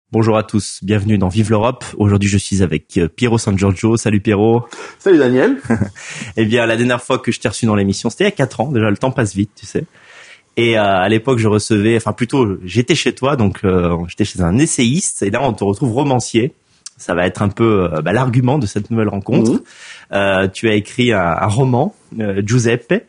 Bonjour à tous, bienvenue dans Vive l'Europe. Aujourd'hui, je suis avec Piero San Giorgio. Salut Piero. Salut Daniel. Eh bien, la dernière fois que je t'ai reçu dans l'émission, c'était il y a 4 ans. Déjà, le temps passe vite, tu sais. Et à l'époque, j'étais chez toi, donc j'étais chez un essayiste. Et là, on te retrouve romancier. Ça va être un peu l'argument de cette nouvelle rencontre. Tu as écrit un roman, Giuseppe,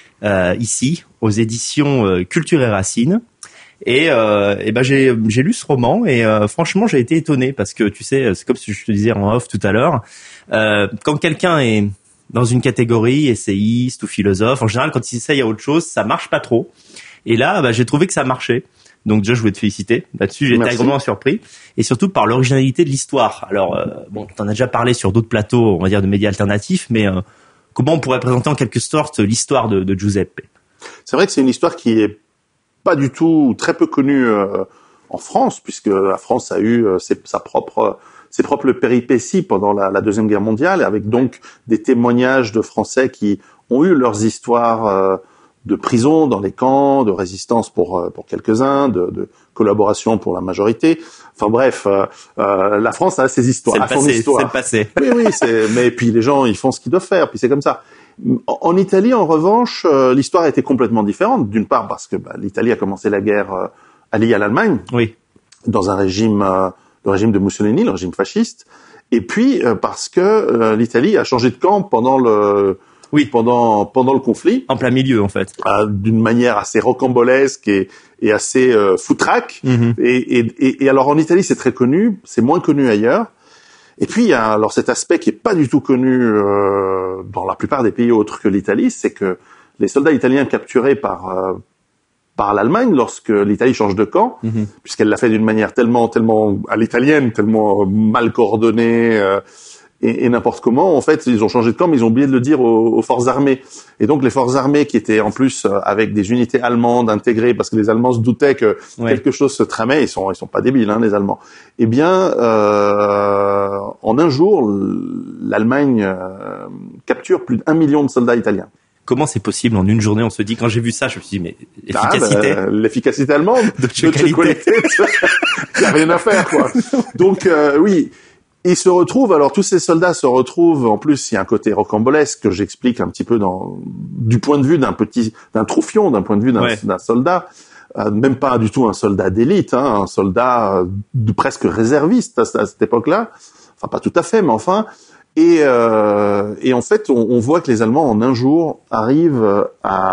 ici, aux éditions Culture et Racines. Et j'ai lu ce roman et franchement j'ai été étonné parce que tu sais, c'est comme si je te disais en off tout à l'heure, quand quelqu'un est dans une catégorie essayiste ou philosophe, en général quand il essaye à autre chose, ça marche pas trop. Et là, j'ai trouvé que ça marchait. Donc déjà je voulais te féliciter là-dessus, j'ai été agréablement surpris et surtout par l'originalité de l'histoire. Alors t'en as déjà parlé sur d'autres plateaux, on va dire de médias alternatifs, mais comment on pourrait présenter en quelque sorte l'histoire de Giuseppe? C'est vrai que c'est une histoire qui est pas du tout, très peu connue en France, puisque la France a eu ses propres péripéties pendant la Deuxième Guerre mondiale, avec donc des témoignages de Français qui ont eu leurs histoires de prison dans les camps, de résistance pour quelques-uns, de collaboration pour la majorité. Enfin bref, la France a ses histoires, son histoire. C'est le passé. Oui, mais puis les gens ils font ce qu'ils doivent faire, puis c'est comme ça. En Italie, en revanche, l'histoire était complètement différente. D'une part parce que l'Italie a commencé la guerre alliée à l'Allemagne, dans un régime, le régime de Mussolini, le régime fasciste, et puis parce que l'Italie a changé de camp pendant le conflit, en plein milieu en fait, d'une manière assez rocambolesque et assez foutraque. Et alors en Italie, c'est très connu, c'est moins connu ailleurs. Et puis il y a alors cet aspect qui est pas du tout connu dans la plupart des pays autres que l'Italie, c'est que les soldats italiens capturés par l'Allemagne lorsque l'Italie change de camp, puisqu'elle l'a fait d'une manière tellement à l'italienne, tellement mal coordonnée et n'importe comment, en fait, ils ont changé de camp, mais ils ont oublié de le dire aux forces armées. Et donc les forces armées qui étaient en plus avec des unités allemandes intégrées, parce que les Allemands se doutaient que quelque chose se tramait, ils sont pas débiles, hein, les Allemands. Eh bien, en un jour, l'Allemagne capture plus d'1 million de soldats italiens. Comment c'est possible en une journée? On se dit, quand j'ai vu ça, je me suis dit, mais l'efficacité. L'efficacité allemande, de qualité, il y a rien à faire, quoi. Donc, oui. Ils se retrouvent, alors tous ces soldats se retrouvent, en plus il y a un côté rocambolesque que j'explique un petit peu du point de vue d'un troufion, d'un point de vue d'un soldat, même pas du tout un soldat d'élite, hein, un soldat presque réserviste à cette époque-là, enfin pas tout à fait, mais enfin, et en fait on voit que les Allemands en un jour arrivent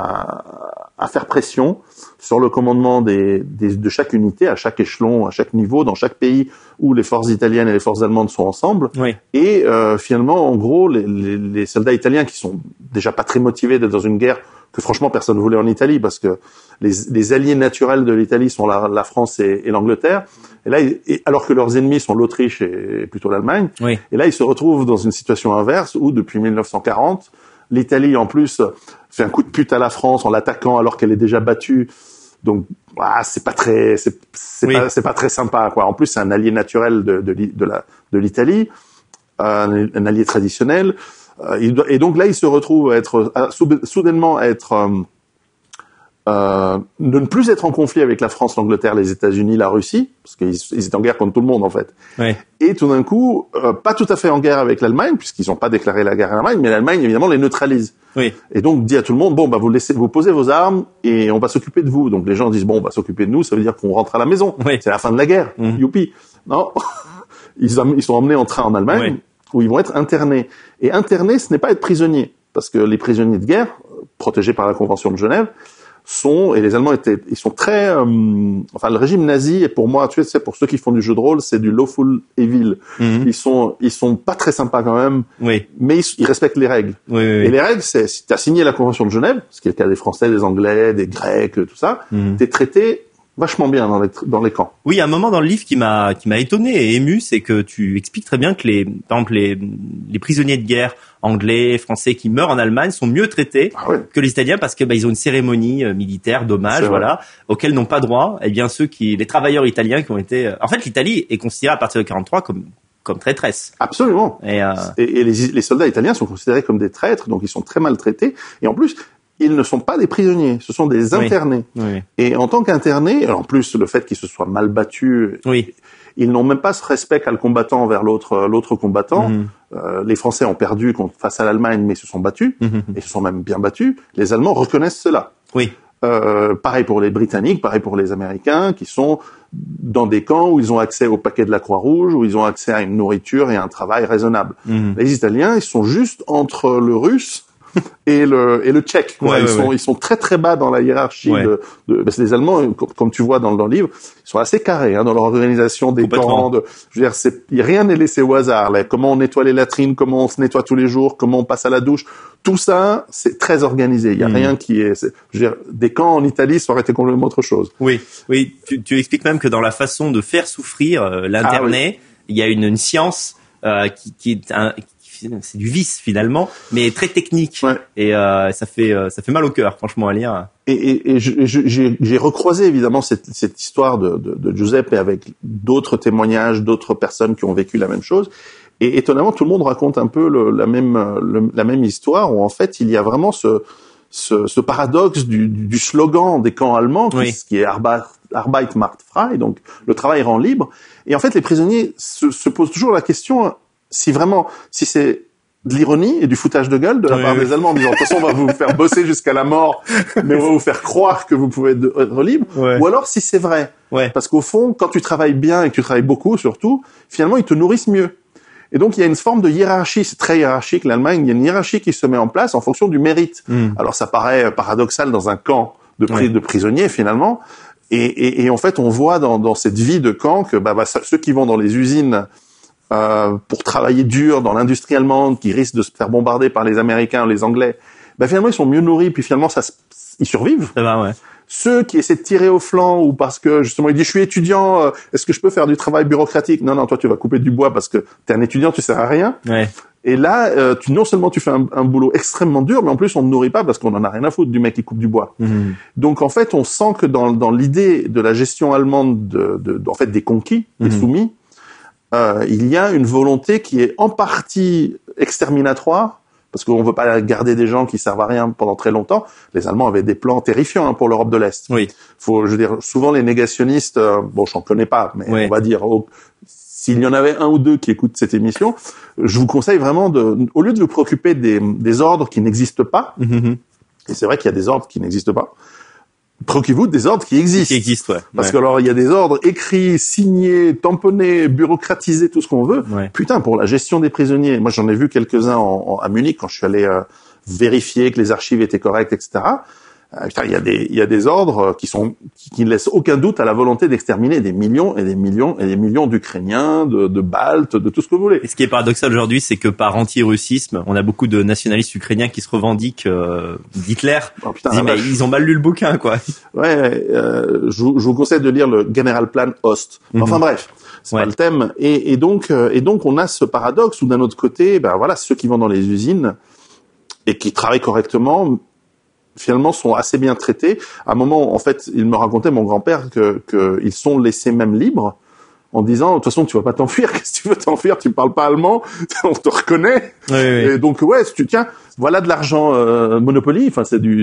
à faire pression sur le commandement de chaque unité, à chaque échelon, à chaque niveau, dans chaque pays où les forces italiennes et les forces allemandes sont ensemble. Et finalement, en gros, les soldats italiens qui sont déjà pas très motivés d'être dans une guerre que franchement personne ne voulait en Italie, parce que les alliés naturels de l'Italie sont la France et l'Angleterre. Et là, alors que leurs ennemis sont l'Autriche et plutôt l'Allemagne. Et là, ils se retrouvent dans une situation inverse où depuis 1940, l'Italie en plus fait un coup de pute à la France en l'attaquant alors qu'elle est déjà battue. Donc c'est pas très sympa, quoi. En plus c'est un allié naturel de l'Italie, un allié traditionnel, et donc là il se retrouve soudainement de ne plus être en conflit avec la France, l'Angleterre, les États-Unis, la Russie, parce qu'ils étaient en guerre contre tout le monde en fait. Et tout d'un coup, pas tout à fait en guerre avec l'Allemagne, puisqu'ils n'ont pas déclaré la guerre à l'Allemagne, mais l'Allemagne évidemment les neutralise. Et donc dit à tout le monde, vous posez vos armes et on va s'occuper de vous. Donc les gens disent on va s'occuper de nous, ça veut dire qu'on rentre à la maison. C'est la fin de la guerre. Youpi. Non, ils sont emmenés en train en Allemagne où ils vont être internés. Et internés, ce n'est pas être prisonnier, parce que les prisonniers de guerre, protégés par la Convention de Genève, et les Allemands ils sont très, le régime nazi, et pour moi, tu sais, pour ceux qui font du jeu de rôle, c'est du lawful evil. Ils sont pas très sympas quand même, mais ils respectent les règles. Et les règles, c'est, si t'as signé la Convention de Genève, ce qui est le cas des Français, des Anglais, des Grecs, tout ça, t'es traité vachement bien dans les camps. Oui, il y a un moment dans le livre qui m'a étonné et ému, c'est que tu expliques très bien que par exemple les prisonniers de guerre anglais, français qui meurent en Allemagne sont mieux traités que les Italiens parce que ils ont une cérémonie militaire d'hommage, auquel n'ont pas droit. Eh bien les travailleurs italiens qui ont été. En fait, l'Italie est considérée à partir de 1943 comme traîtresse. Absolument. Et les soldats italiens sont considérés comme des traîtres, donc ils sont très maltraités. Et en plus, ils ne sont pas des prisonniers, ce sont des internés. Oui. Et en tant qu'internés, en plus le fait qu'ils se soient mal battus, Oui. ils n'ont même pas ce respect qu'a le combattant envers l'autre combattant. Les Français ont perdu face à l'Allemagne, mais ils se sont battus, et se sont même bien battus. Les Allemands reconnaissent cela. Oui. Pareil pour les Britanniques, pareil pour les Américains, qui sont dans des camps où ils ont accès au paquet de la Croix-Rouge, où ils ont accès à une nourriture et à un travail raisonnable. Les Italiens, ils sont juste entre le Russe et le Tchèque. Quoi. Ils sont très très bas dans la hiérarchie parce que les Allemands, comme tu vois dans le livre, ils sont assez carrés dans leur organisation des camps. Je veux dire, rien n'est laissé au hasard. Là. Comment on nettoie les latrines, comment on se nettoie tous les jours, comment on passe à la douche, tout ça, c'est très organisé. Il y a rien qui est. Je veux dire, des camps en Italie, ça aurait été complètement autre chose. Oui. Tu expliques même que dans la façon de faire souffrir l'interné, il y a une science qui est c'est du vice finalement, mais très technique. Et ça fait mal au cœur, franchement, à lire. Et j'ai recroisé évidemment cette histoire de Giuseppe avec d'autres témoignages, d'autres personnes qui ont vécu la même chose. Et étonnamment, tout le monde raconte un peu la même histoire, où en fait il y a vraiment ce paradoxe du slogan des camps allemands, qui est Arbeit macht frei, donc le travail rend libre. Et en fait, les prisonniers se posent toujours la question si c'est de l'ironie et du foutage de gueule de la part des Allemands en disant de toute façon on va vous faire bosser jusqu'à la mort, mais on va vous faire croire que vous pouvez être libre, ou alors si c'est vrai, parce qu'au fond quand tu travailles bien et que tu travailles beaucoup surtout, finalement ils te nourrissent mieux. Et donc il y a une forme de hiérarchie, c'est très hiérarchique l'Allemagne, il y a une hiérarchie qui se met en place en fonction du mérite. Alors ça paraît paradoxal dans un camp de prisonniers finalement, et en fait on voit dans cette vie de camp que ceux qui vont dans les usines pour travailler dur dans l'industrie allemande, qui risque de se faire bombarder par les Américains, les Anglais, finalement ils sont mieux nourris, puis finalement ils survivent. Ça va, Ceux qui essaient de tirer au flanc ou parce que justement il dit je suis étudiant, est-ce que je peux faire du travail bureaucratique ? Non, toi tu vas couper du bois parce que t'es un étudiant, tu sers à rien. Et là, non seulement tu fais un boulot extrêmement dur, mais en plus on ne nourrit pas parce qu'on en a rien à foutre du mec qui coupe du bois. Donc en fait, on sent que dans l'idée de la gestion allemande en fait des conquis, des soumis, il y a une volonté qui est en partie exterminatoire, parce qu'on veut pas garder des gens qui servent à rien pendant très longtemps. Les Allemands avaient des plans terrifiants pour l'Europe de l'Est. Je veux dire, souvent les négationnistes, j'en connais pas, mais on va dire, s'il y en avait un ou deux qui écoutent cette émission, je vous conseille vraiment au lieu de vous préoccuper des ordres qui n'existent pas, et c'est vrai qu'il y a des ordres qui n'existent pas, préoccupez-vous des ordres qui existent. Parce que alors, il y a des ordres écrits, signés, tamponnés, bureaucratisés, tout ce qu'on veut. Putain, pour la gestion des prisonniers. Moi, j'en ai vu quelques-uns à Munich quand je suis allé vérifier que les archives étaient correctes, etc. Putain, il y a des ordres qui ne laissent aucun doute à la volonté d'exterminer des millions et des millions et des millions d'Ukrainiens, de Baltes, de tout ce que vous voulez. Et ce qui est paradoxal aujourd'hui, c'est que par anti-russisme, on a beaucoup de nationalistes ukrainiens qui se revendiquent d'Hitler. Ils ont mal lu le bouquin, quoi. Je vous conseille de lire le Generalplan Ost. Enfin bref, c'est pas le thème. Et donc on a ce paradoxe où d'un autre côté, ceux qui vont dans les usines et qui travaillent correctement, finalement sont assez bien traités. À un moment, en fait, il me racontait, mon grand-père, que ils sont laissés même libres, en disant, de toute façon, tu vas pas t'enfuir, qu'est-ce que tu veux t'enfuir, tu parles pas allemand, on te reconnaît. Et donc, voilà de l'argent, Monopoly, enfin, c'est des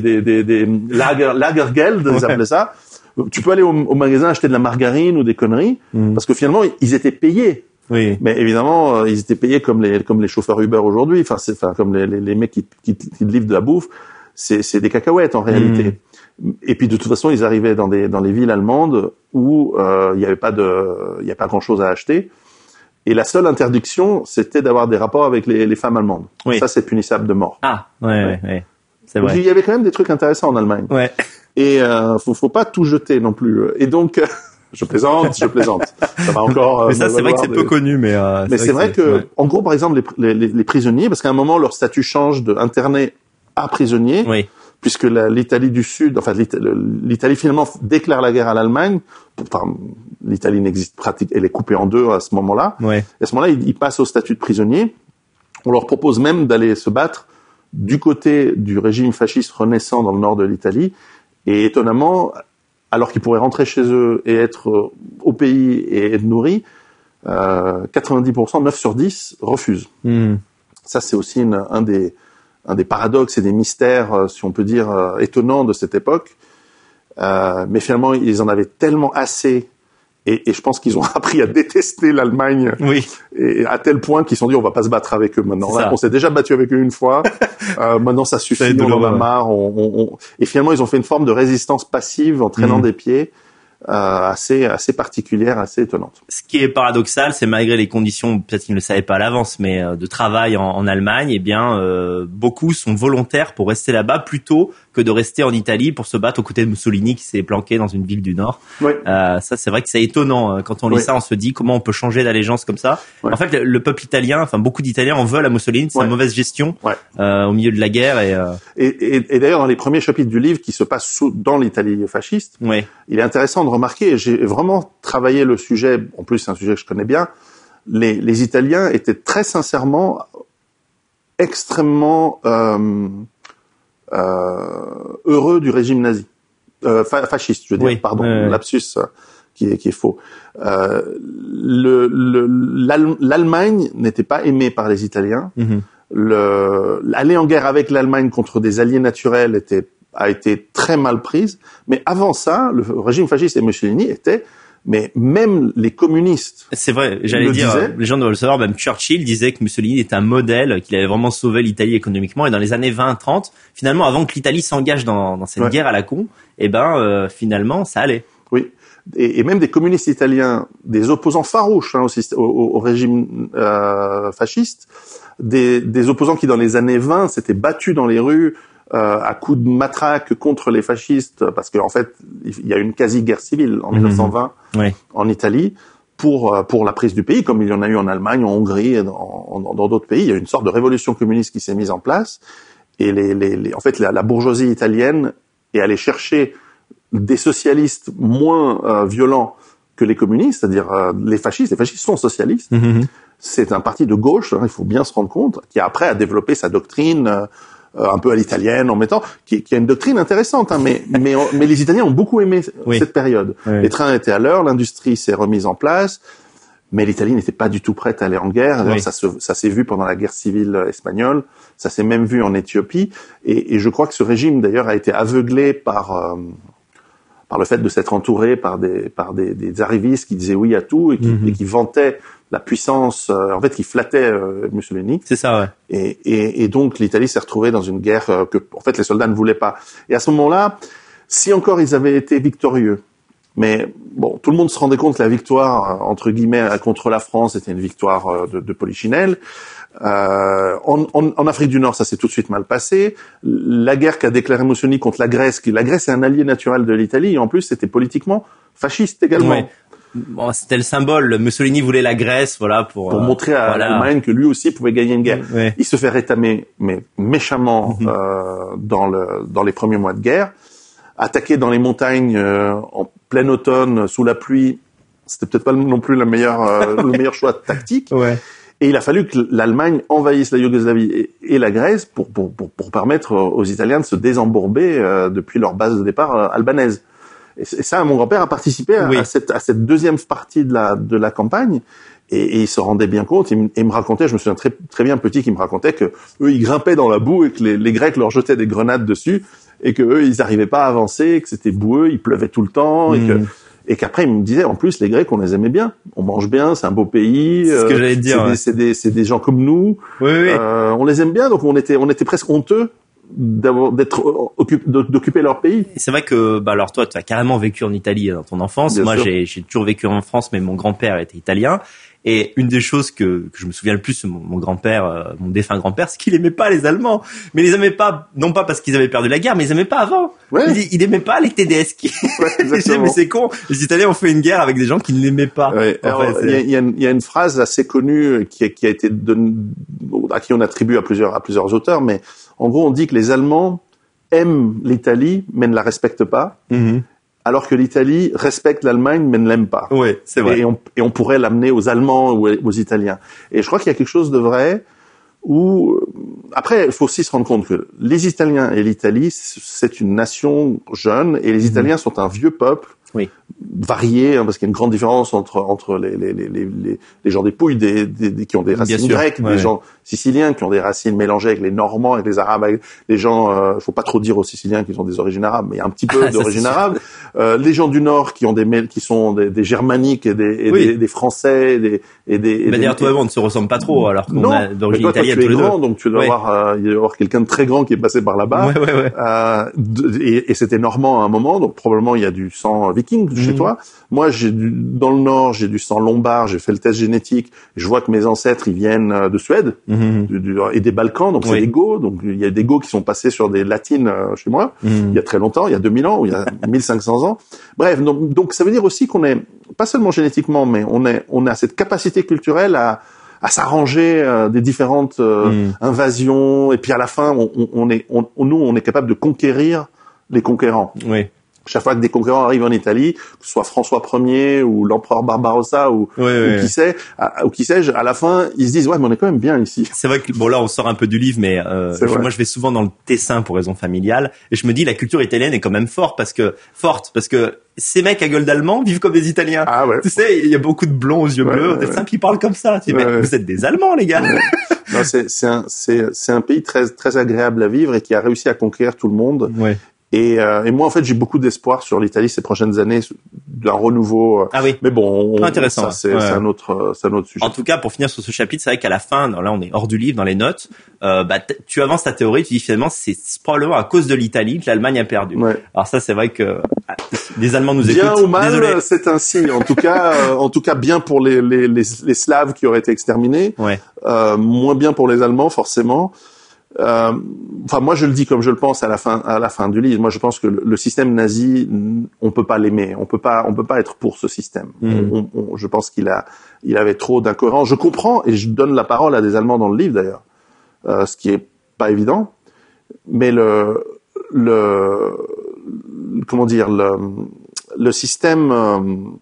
Lagergeld, ils appelaient ça. Tu peux aller au magasin acheter de la margarine ou des conneries, parce que finalement, ils étaient payés. Mais évidemment, ils étaient payés comme les chauffeurs Uber aujourd'hui, comme les mecs qui te livrent de la bouffe. C'est des cacahuètes en réalité. Et puis de toute façon, ils arrivaient dans les villes allemandes où il y avait pas grand chose à acheter. Et la seule interdiction, c'était d'avoir des rapports avec les femmes allemandes. Ça, c'est punissable de mort. C'est vrai. Il y avait quand même des trucs intéressants en Allemagne. Et faut pas tout jeter non plus. Et donc je plaisante. Ça va encore. Mais ça, c'est vrai que c'est peu connu, mais c'est vrai que en gros, par exemple, les prisonniers, parce qu'à un moment leur statut change de interné à prisonnier, puisque l'Italie du Sud, enfin l'Italie finalement déclare la guerre à l'Allemagne. Enfin, l'Italie n'existe pratiquement, elle est coupée en deux à ce moment-là. Et à ce moment-là, ils passent au statut de prisonnier. On leur propose même d'aller se battre du côté du régime fasciste renaissant dans le nord de l'Italie. Et étonnamment, alors qu'ils pourraient rentrer chez eux et être au pays et être nourris, 90%, 9 sur 10 refusent. Ça, c'est aussi un un des paradoxes et des mystères, si on peut dire, étonnants de cette époque. Mais finalement, ils en avaient tellement assez, et je pense qu'ils ont appris à détester l'Allemagne, oui, et à tel point qu'ils se sont dit on va pas se battre avec eux maintenant. Là, on s'est déjà battu avec eux une fois, maintenant ça suffit, on en a marre. Et finalement, ils ont fait une forme de résistance passive en traînant des pieds. Assez particulière, assez étonnante. Ce qui est paradoxal, c'est malgré les conditions, peut-être qu'ils ne le savaient pas à l'avance, mais de travail en Allemagne, eh bien, beaucoup sont volontaires pour rester là-bas plutôt que de rester en Italie pour se battre aux côtés de Mussolini qui s'est planqué dans une ville du Nord. Oui. Ça, c'est vrai que c'est étonnant. Quand on lit ça, on se dit comment on peut changer d'allégeance comme ça. En fait, le peuple italien, enfin beaucoup d'Italiens en veulent à Mussolini, c'est sa mauvaise gestion au milieu de la guerre. Et d'ailleurs, dans les premiers chapitres du livre qui se passent dans l'Italie fasciste, il est intéressant de remarquer, et j'ai vraiment travaillé le sujet, en plus c'est un sujet que je connais bien, les Italiens étaient très sincèrement extrêmement heureux du régime nazi, fasciste, je veux dire, pardon, lapsus qui est faux. L'Allemagne n'était pas aimée par les Italiens. Aller en guerre avec l'Allemagne contre des alliés naturels a été très mal prise, mais avant ça, le régime fasciste et Mussolini étaient, mais même les communistes. C'est vrai, j'allais dire, les gens doivent le savoir, même Churchill disait que Mussolini était un modèle, qu'il avait vraiment sauvé l'Italie économiquement, et dans les années 20-30, finalement, avant que l'Italie s'engage dans cette guerre à la con, finalement, ça allait. Oui. Et même des communistes italiens, des opposants farouches au régime fasciste, des opposants qui dans les années 20 s'étaient battus dans les rues à coups de matraque contre les fascistes, parce qu'en fait il y a une quasi-guerre civile en 1920 en Italie pour la prise du pays, comme il y en a eu en Allemagne, en Hongrie, et dans d'autres pays. Il y a une sorte de révolution communiste qui s'est mise en place, et en fait la bourgeoisie italienne est allée chercher des socialistes moins violents que les communistes, c'est-à-dire les fascistes. Les fascistes sont socialistes. C'est un parti de gauche, il faut bien se rendre compte, qui après a développé sa doctrine un peu à l'italienne, en mettant qui a une doctrine intéressante, mais les Italiens ont beaucoup aimé cette période. Les trains étaient à l'heure, l'industrie s'est remise en place, mais l'Italie n'était pas du tout prête à aller en guerre. Ça s'est vu pendant la guerre civile espagnole, ça s'est même vu en Éthiopie, et je crois que ce régime d'ailleurs a été aveuglé par le fait de s'être entouré par des arrivistes qui disaient oui à tout et qui vantaient la puissance, en fait, qui flattait Mussolini. C'est ça, Et donc l'Italie s'est retrouvée dans une guerre que, en fait, les soldats ne voulaient pas. Et à ce moment-là, si encore ils avaient été victorieux, mais bon, tout le monde se rendait compte que la victoire entre guillemets contre la France était une victoire de Polichinelle. En Afrique du Nord, ça s'est tout de suite mal passé. La guerre qu'a déclarée Mussolini contre la Grèce est un allié naturel de l'Italie, et en plus c'était politiquement fasciste également. Bon, c'était le symbole. Mussolini voulait la Grèce, pour montrer à l'Allemagne que lui aussi pouvait gagner une guerre. Il se fait rétamer, mais méchamment, dans les premiers mois de guerre. Attaquer dans les montagnes en plein automne sous la pluie, c'était peut-être pas non plus le meilleur choix tactique. Et il a fallu que l'Allemagne envahisse la Yougoslavie et la Grèce pour permettre aux Italiens de se désembourber depuis leur base de départ albanaise. Et ça, mon grand-père a participé à cette deuxième partie de la campagne, et il se rendait bien compte. Il me racontait, je me souviens très très bien petit, qu'il me racontait que eux ils grimpaient dans la boue et que les Grecs leur jetaient des grenades dessus, et que eux ils n'arrivaient pas à avancer, que c'était boueux, il pleuvait tout le temps, et qu'après il me disait en plus les Grecs on les aimait bien, on mange bien, c'est un beau pays, c'est ce que j'allais dire, c'est des gens comme nous, on les aime bien, donc on était presque honteux d'occuper leur pays. C'est vrai que alors toi tu as carrément vécu en Italie dans ton enfance. Bien Moi sûr. J'ai toujours vécu en France, mais mon grand-père était italien, et une des choses que je me souviens le plus de mon grand-père, mon défunt grand-père, c'est qu'il aimait pas les Allemands. Mais il les aimait pas, non pas parce qu'ils avaient perdu la guerre, mais ils aimaient pas avant. Il aimait pas les TDS. Mais c'est con, les Italiens ont fait une guerre avec des gens qui ne l'aimaient pas. Il y a une phrase assez connue qui a été à qui on attribue à plusieurs auteurs, mais en gros, on dit que les Allemands aiment l'Italie, mais ne la respectent pas, alors que l'Italie respecte l'Allemagne, mais ne l'aime pas. Oui, c'est vrai. Et on pourrait l'amener aux Allemands ou aux Italiens. Et je crois qu'il y a quelque chose de vrai où, après, il faut aussi se rendre compte que les Italiens et l'Italie, c'est une nation jeune, et les Italiens sont un vieux peuple. Oui. Variés, parce qu'il y a une grande différence entre les gens des Pouilles, qui ont des racines grecques, des gens siciliens qui ont des racines mélangées avec les Normands, avec les Arabes, avec les gens, faut pas trop dire aux Siciliens qu'ils ont des origines arabes, mais il y a un petit peu d'origine arabe. Les gens du Nord qui ont qui sont des germaniques et des Français D'ailleurs, toi et moi, on ne se ressemble pas trop, alors qu'on a d'origine italienne tous les deux. Tu es grand, donc tu dois il y avoir quelqu'un de très grand qui est passé par là-bas. Et c'était normand à un moment, donc probablement il y a du sang viking chez toi. Moi, dans le Nord, j'ai du sang lombard, j'ai fait le test génétique, je vois que mes ancêtres, ils viennent de Suède, et des Balkans, donc c'est des Goths, donc il y a des Goths qui sont passés sur des latines chez moi, il y a très longtemps, il y a 2000 ans, ou il y a 1500 ans. Bref, donc ça veut dire aussi qu'on est, pas seulement génétiquement, mais on a cette capacité culturelle à s'arranger des différentes invasions, et puis à la fin, on est capable de conquérir les conquérants. Oui. Chaque fois que des conquérants arrivent en Italie, que ce soit François Ier ou l'empereur Barbarossa ou qui sais-je, à la fin, ils se disent ouais, mais on est quand même bien ici. C'est vrai que bon là, on sort un peu du livre, mais moi je vais souvent dans le Tessin pour raison familiale, et je me dis la culture italienne est quand même forte parce que ces mecs à gueule d'allemand vivent comme des Italiens. Ah ouais. Tu sais, il y a beaucoup de blonds aux yeux bleus, des Tessins qui parlent comme ça. Tu dis, mais vous êtes des Allemands, les gars. Non, c'est un pays très très agréable à vivre et qui a réussi à conquérir tout le monde. Ouais. Et moi, en fait, j'ai beaucoup d'espoir sur l'Italie ces prochaines années, d'un renouveau. Ah oui. Mais bon, intéressant. Ça, c'est un autre sujet. En tout cas, pour finir sur ce chapitre, c'est vrai qu'à la fin, là, on est hors du livre, dans les notes, tu avances ta théorie, tu dis finalement, c'est probablement à cause de l'Italie que l'Allemagne a perdu. Ouais. Alors ça, c'est vrai que les Allemands nous écoutent. Bien ou mal, désolé. c'est un signe. En tout cas, bien pour les Slaves qui auraient été exterminés. Ouais. Moins bien pour les Allemands, forcément. Enfin, moi, je le dis comme je le pense à la fin du livre. Moi, je pense que le système nazi, on peut pas l'aimer. On peut pas être pour ce système. Je pense qu'il avait trop d'incohérences. Je comprends et je donne la parole à des Allemands dans le livre d'ailleurs, ce qui est pas évident. Mais comment dire, le système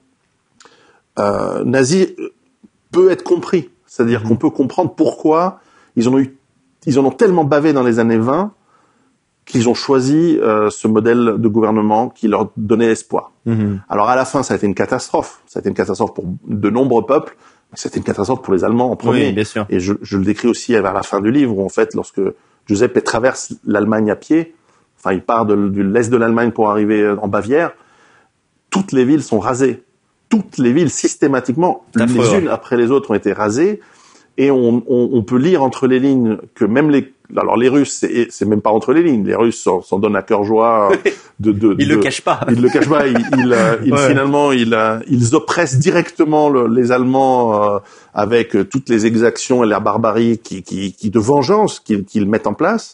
nazi peut être compris. C'est-à-dire qu'on peut comprendre pourquoi ils en ont tellement bavé dans les années 20 qu'ils ont choisi ce modèle de gouvernement qui leur donnait espoir. Alors à la fin, ça a été une catastrophe. Ça a été une catastrophe pour de nombreux peuples, mais c'était une catastrophe pour les Allemands en premier. Oui, bien sûr. Et je le décris aussi vers la fin du livre, où en fait, lorsque Giuseppe traverse l'Allemagne à pied, enfin il part de l'est de l'Allemagne pour arriver en Bavière, toutes les villes sont rasées. Toutes les villes, systématiquement, les unes après les autres ont été rasées. Et on peut lire entre les lignes que même les Russes, c'est même pas entre les lignes. Les Russes s'en donnent à cœur joie. Ils le cachent pas. Ils le cachent pas. Finalement, ils oppressent directement les Allemands avec toutes les exactions et la barbarie qui de vengeance qu'ils mettent en place.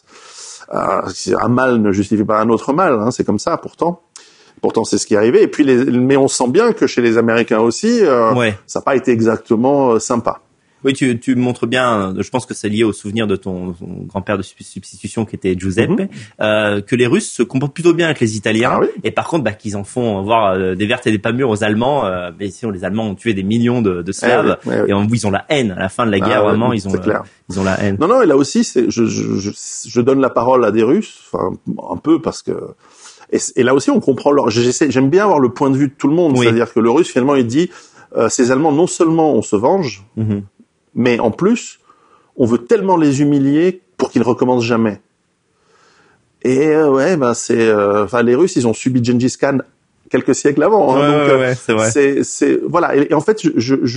Un mal ne justifie pas un autre mal. Hein, c'est comme ça, pourtant. Pourtant, c'est ce qui est arrivé. Et puis, mais on sent bien que chez les Américains aussi, ça n'a pas été exactement sympa. Oui, tu montres bien, je pense que c'est lié au souvenir de ton grand-père de substitution qui était Giuseppe, que les Russes se comportent plutôt bien avec les Italiens, et par contre, qu'ils en font voir des vertes et des pas mûres aux Allemands. Mais sinon, les Allemands ont tué des millions de Slaves, et ils ont la haine. À la fin de la guerre, vraiment, ils ont la haine. Non, et là aussi, je donne la parole à des Russes, enfin, un peu, parce que... Et là aussi, on comprend j'aime bien avoir le point de vue de tout le monde. C'est-à-dire que le Russe, finalement, il dit, ces Allemands, non seulement on se venge, mais en plus, on veut tellement les humilier pour qu'ils recommencent jamais. Et les Russes, ils ont subi Gengis Khan quelques siècles avant. C'est vrai. Voilà. Et en fait,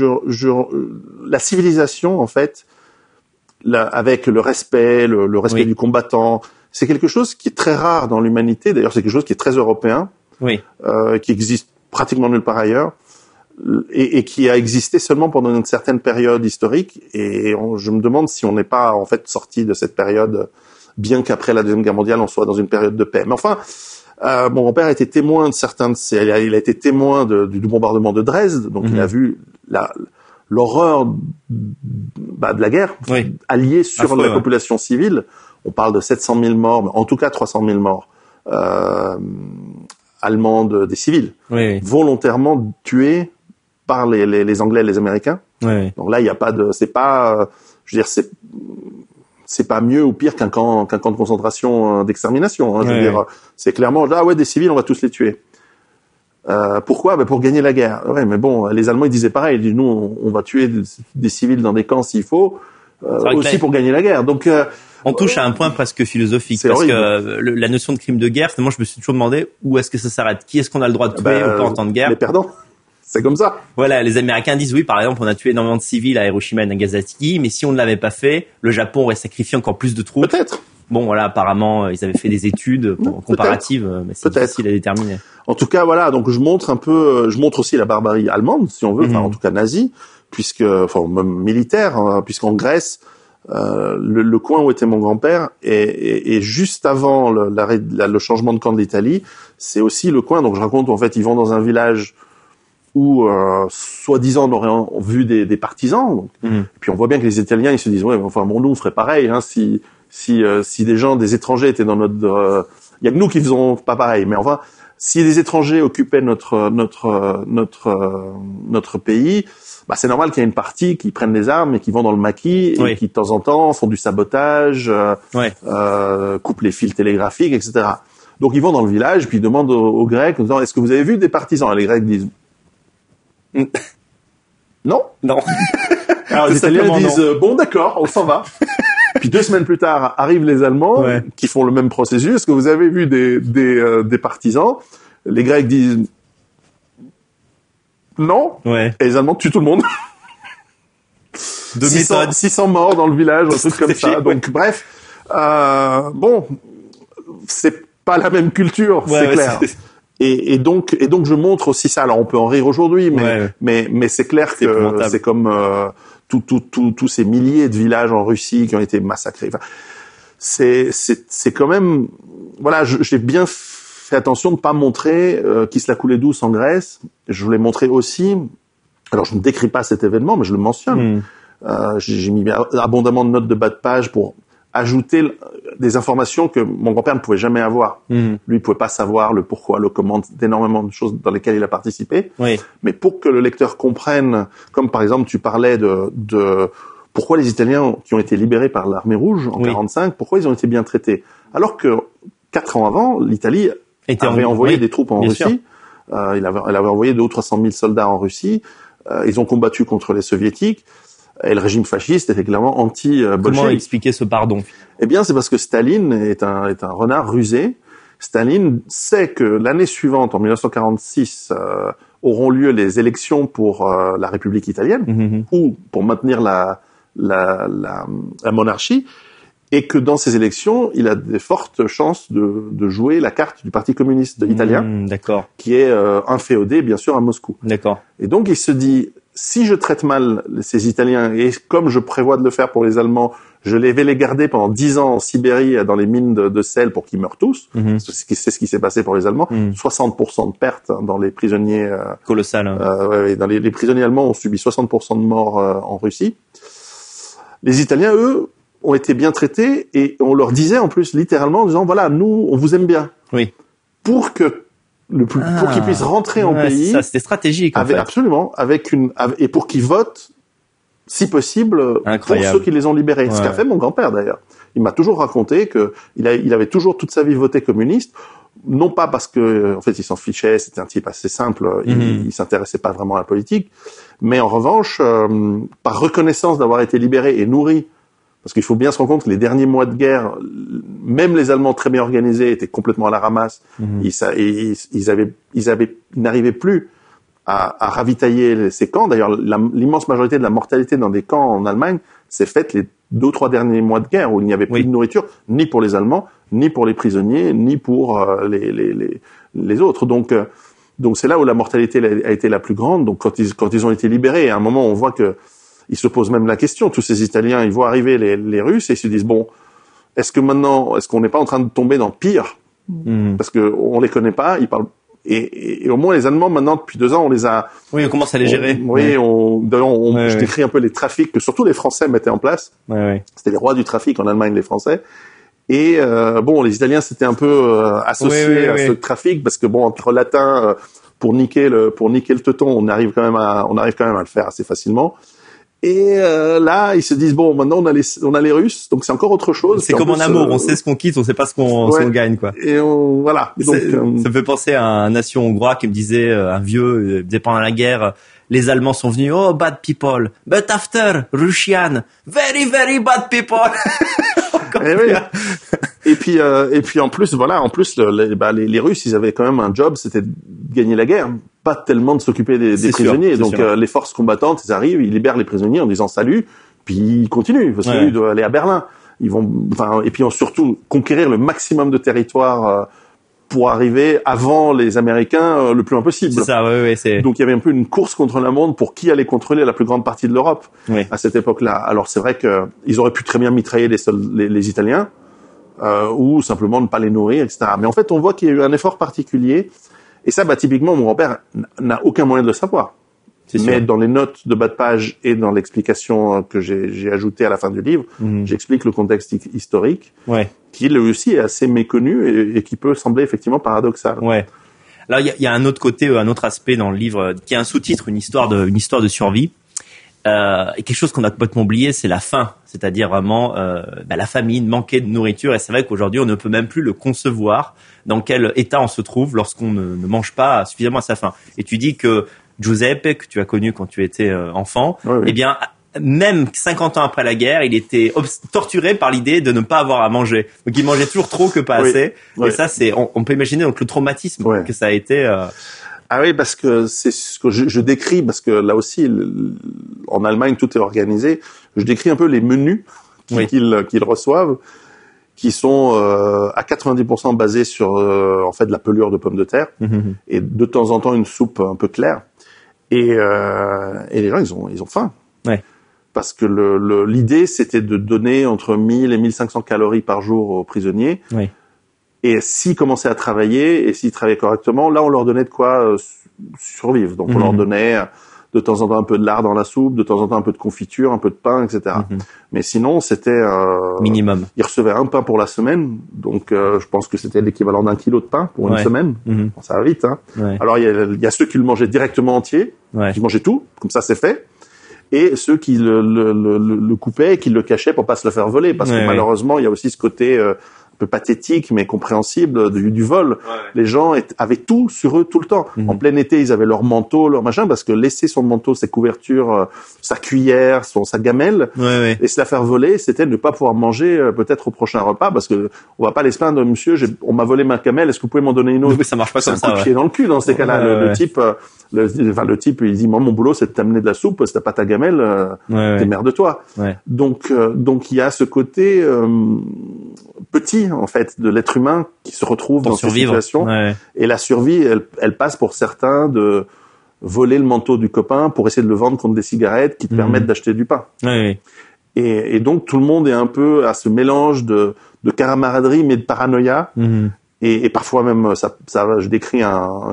la civilisation, en fait, avec le respect, le respect du combattant, c'est quelque chose qui est très rare dans l'humanité. D'ailleurs, c'est quelque chose qui est très européen, qui existe pratiquement nulle part ailleurs. Et qui a existé seulement pendant une certaine période historique. Et je me demande si on n'est pas en fait sorti de cette période, bien qu'après la Deuxième Guerre mondiale, on soit dans une période de paix. Mais enfin, mon grand-père a été témoin de il a été témoin du bombardement de Dresde, donc il a vu l'horreur de la guerre alliée sur la population civile. On parle de 700 000 morts, mais en tout cas 300 000 morts allemandes, des civils, volontairement tués par les Anglais et les Américains. Donc là, il y a pas de, c'est pas mieux ou pire qu'un camp de concentration d'extermination. Hein, je veux dire, c'est clairement des civils, on va tous les tuer. Pourquoi? Ben pour gagner la guerre. Ouais, mais bon, les Allemands ils disaient pareil. Ils disaient, nous, on va tuer des civils dans des camps s'il faut, aussi pour gagner la guerre. Donc on touche à un point presque philosophique parce horrible. que la notion de crime de guerre, finalement, je me suis toujours demandé où est-ce que ça s'arrête. Qui est-ce qu'on a le droit de tuer ou pas en temps de guerre? Les perdants. C'est comme ça. Voilà, les Américains disent oui, par exemple, on a tué énormément de civils à Hiroshima et Nagasaki, mais si on ne l'avait pas fait, le Japon aurait sacrifié encore plus de troupes. Peut-être. Bon, voilà, apparemment, ils avaient fait des études comparatives, mais c'est difficile à déterminer. En tout cas, voilà, donc je montre aussi la barbarie allemande, si on veut, enfin en tout cas nazie, même militaire, hein, puisqu'en Grèce, le coin où était mon grand-père et juste avant le changement de camp de l'Italie, c'est aussi le coin. Donc je raconte, en fait, ils vont dans un village où soi-disant on aurait vu des partisans. Donc, et puis on voit bien que les Italiens ils se disent ouais, enfin bon, nous on ferait pareil, hein, si des étrangers étaient dans notre, il y a que nous qui faisons pas pareil, mais enfin si les étrangers occupaient notre pays, bah c'est normal qu'il y ait une partie qui prennent les armes et qui vont dans le maquis et qui de temps en temps font du sabotage, coupent les fils télégraphiques, etc. Donc ils vont dans le village puis ils demandent aux Grecs en disant est-ce que vous avez vu des partisans? Et les Grecs disent non. Alors les Italiens disent bon d'accord, on s'en va. Puis 2 semaines plus tard arrivent les Allemands qui font le même processus. Est-ce que vous avez vu des partisans? Les Grecs disent non. Et les Allemands tuent tout le monde. 600 morts dans le village, un truc comme ça. Donc bref, bon, c'est pas la même culture, c'est clair. Et donc je montre aussi ça. Alors on peut en rire aujourd'hui, mais c'est clair que c'est comme tous ces milliers de villages en Russie qui ont été massacrés. Enfin, c'est quand même, voilà, j'ai bien fait attention de pas montrer qu'il se la coulait douce en Grèce. Je voulais montrer aussi. Alors je ne décris pas cet événement, mais je le mentionne. J'ai mis abondamment de notes de bas de page pour ajouter des informations que mon grand-père ne pouvait jamais avoir. Lui, il pouvait pas savoir le pourquoi, le comment, d'énormément de choses dans lesquelles il a participé. Mais pour que le lecteur comprenne, comme par exemple tu parlais de pourquoi les Italiens qui ont été libérés par l'armée rouge en 45, pourquoi ils ont été bien traités, alors que 4 ans avant, l'Italie avait envoyé des troupes en Russie. Elle avait envoyé 200 ou 300 000 soldats en Russie. Ils ont combattu contre les soviétiques. Et le régime fasciste était clairement anti-bolchevique. Comment expliquer ce pardon? Eh bien, c'est parce que Staline est un renard rusé. Staline sait que l'année suivante, en 1946, auront lieu les élections pour la République italienne ou pour maintenir la monarchie, et que dans ces élections, il a des fortes chances de jouer la carte du Parti communiste italien, qui est inféodé, bien sûr, à Moscou. Et donc, il se dit, si je traite mal ces Italiens, et comme je prévois de le faire pour les Allemands, je vais les garder pendant 10 ans en Sibérie, dans les mines de sel pour qu'ils meurent tous. C'est ce qui s'est passé pour les Allemands. 60% de pertes dans les prisonniers. Colossal. Dans les prisonniers allemands ont subi 60% de morts en Russie. Les Italiens, eux, ont été bien traités, et on leur disait en plus littéralement en disant voilà, nous, on vous aime bien. Pour qu'ils puissent rentrer en pays. Ça, c'était stratégique, en fait. Absolument. Et pour qu'ils votent, si possible, pour ceux qui les ont libérés. Ce qu'a fait mon grand-père, d'ailleurs. Il m'a toujours raconté que il avait toujours toute sa vie voté communiste. Non pas parce que, en fait, il s'en fichait, c'était un type assez simple, il s'intéressait pas vraiment à la politique. Mais en revanche, par reconnaissance d'avoir été libéré et nourri, parce qu'il faut bien se rendre compte que les derniers mois de guerre, même les Allemands très bien organisés étaient complètement à la ramasse. Ils n'arrivaient plus à ravitailler ces camps. D'ailleurs, l'immense majorité de la mortalité dans des camps en Allemagne s'est faite les 2 ou 3 derniers mois de guerre où il n'y avait plus de nourriture, ni pour les Allemands, ni pour les prisonniers, ni pour les autres. Donc c'est là où la mortalité a été la plus grande. Donc quand ils ont été libérés, à un moment on voit que ils se posent même la question, tous ces Italiens, ils voient arriver les Russes et ils se disent bon, est-ce qu'on n'est pas en train de tomber dans pire? Parce que on les connaît pas, ils parlent, et au moins les Allemands maintenant depuis 2 ans on les a. On commence à les gérer. Je décris un peu les trafics que surtout les Français mettaient en place. C'était les rois du trafic en Allemagne, les Français. Et les Italiens s'étaient un peu associés à ce trafic parce que entre latins pour niquer le teuton, on arrive quand même à le faire assez facilement. Et là, ils se disent bon, maintenant on a les Russes, donc c'est encore autre chose. C'est comme en amour, on sait ce qu'on quitte, on sait pas ce qu'on gagne, quoi. Et voilà. Donc, ça me fait penser à un nation hongrois qui me disait, un vieux, disait pendant la guerre, les Allemands sont venus, oh bad people, but after Russian, very very bad people. Et puis en plus, voilà, les Russes, ils avaient quand même un job, c'était de gagner la guerre, pas tellement de s'occuper des prisonniers. Donc les forces combattantes, ils arrivent, ils libèrent les prisonniers en disant salut, puis ils continuent parce qu'ils doivent aller à Berlin. Ils vont, et puis surtout conquérir le maximum de territoire pour arriver avant les Américains le plus loin possible. C'est ça, c'est. Donc il y avait un peu une course contre la montre pour qui allait contrôler la plus grande partie de l'Europe à cette époque-là. Alors c'est vrai que ils auraient pu très bien mitrailler les Italiens ou simplement ne pas les nourrir, etc. Mais en fait, on voit qu'il y a eu un effort particulier. Et ça, typiquement, mon grand-père n'a aucun moyen de le savoir. Mais dans les notes de bas de page et dans l'explication que j'ai ajoutée à la fin du livre, j'explique le contexte historique, qui lui aussi est assez méconnu et qui peut sembler effectivement paradoxal. Ouais. Alors il y a un autre côté, un autre aspect dans le livre qui a un sous-titre, une histoire de survie. Et quelque chose qu'on a complètement oublié, c'est la faim, c'est-à-dire vraiment la famine, manquer de nourriture. Et c'est vrai qu'aujourd'hui, on ne peut même plus le concevoir dans quel état on se trouve lorsqu'on ne mange pas suffisamment à sa faim. Et tu dis que Giuseppe, que tu as connu quand tu étais enfant, eh bien, même 50 ans après la guerre, il était torturé par l'idée de ne pas avoir à manger. Donc il mangeait toujours trop que pas assez. Et ça, on peut imaginer donc le traumatisme que ça a été. Ah oui, parce que c'est ce que je décris, parce que là aussi, en Allemagne, tout est organisé. Je décris un peu les menus qu'ils reçoivent, qui sont à 90% basés sur en fait de la pelure de pommes de terre et de temps en temps une soupe un peu claire. Et les gens, ils ont faim. Ouais. Parce que l'idée, c'était de donner entre 1000 et 1500 calories par jour aux prisonniers. Oui. Et s'ils commençaient à travailler, et s'ils travaillaient correctement, là, on leur donnait de quoi survivre. Donc, on leur donnait de temps en temps un peu de lard dans la soupe, de temps en temps un peu de confiture, un peu de pain, etc. Mais sinon, c'était... minimum. Ils recevaient un pain pour la semaine. Donc, je pense que c'était l'équivalent d'1 kilo de pain pour une semaine. Bon, ça va vite, hein. Alors, il y a ceux qui le mangeaient directement entier, qui mangeaient tout, comme ça, c'est fait. Et ceux qui le coupaient et qui le cachaient pour pas se le faire voler. Parce que malheureusement, il y a aussi ce côté... peu pathétique mais compréhensible du vol. Les gens avaient tout sur eux tout le temps. En plein été, ils avaient leur manteau, leur machin, parce que laisser son manteau, ses couvertures, sa cuillère, sa gamelle, et se la faire voler, c'était ne pas pouvoir manger peut-être au prochain repas, parce que on va pas les se plaindre, monsieur, on m'a volé ma gamelle, est-ce que vous pouvez m'en donner une autre? Oui, ça marche pas comme ça. C'est un coup de pied dans le cul dans ces cas-là. Le type, il dit, moi, mon boulot, c'est de t'amener de la soupe, si t'as pas ta gamelle, démerde-toi. Donc, il y a ce côté petit, en fait, de l'être humain qui se retrouve dans cette situation. Et la survie, elle passe pour certains de voler le manteau du copain pour essayer de le vendre contre des cigarettes qui te permettent d'acheter du pain. Et donc, tout le monde est un peu à ce mélange de camaraderie, mais de paranoïa. Et parfois même, je décris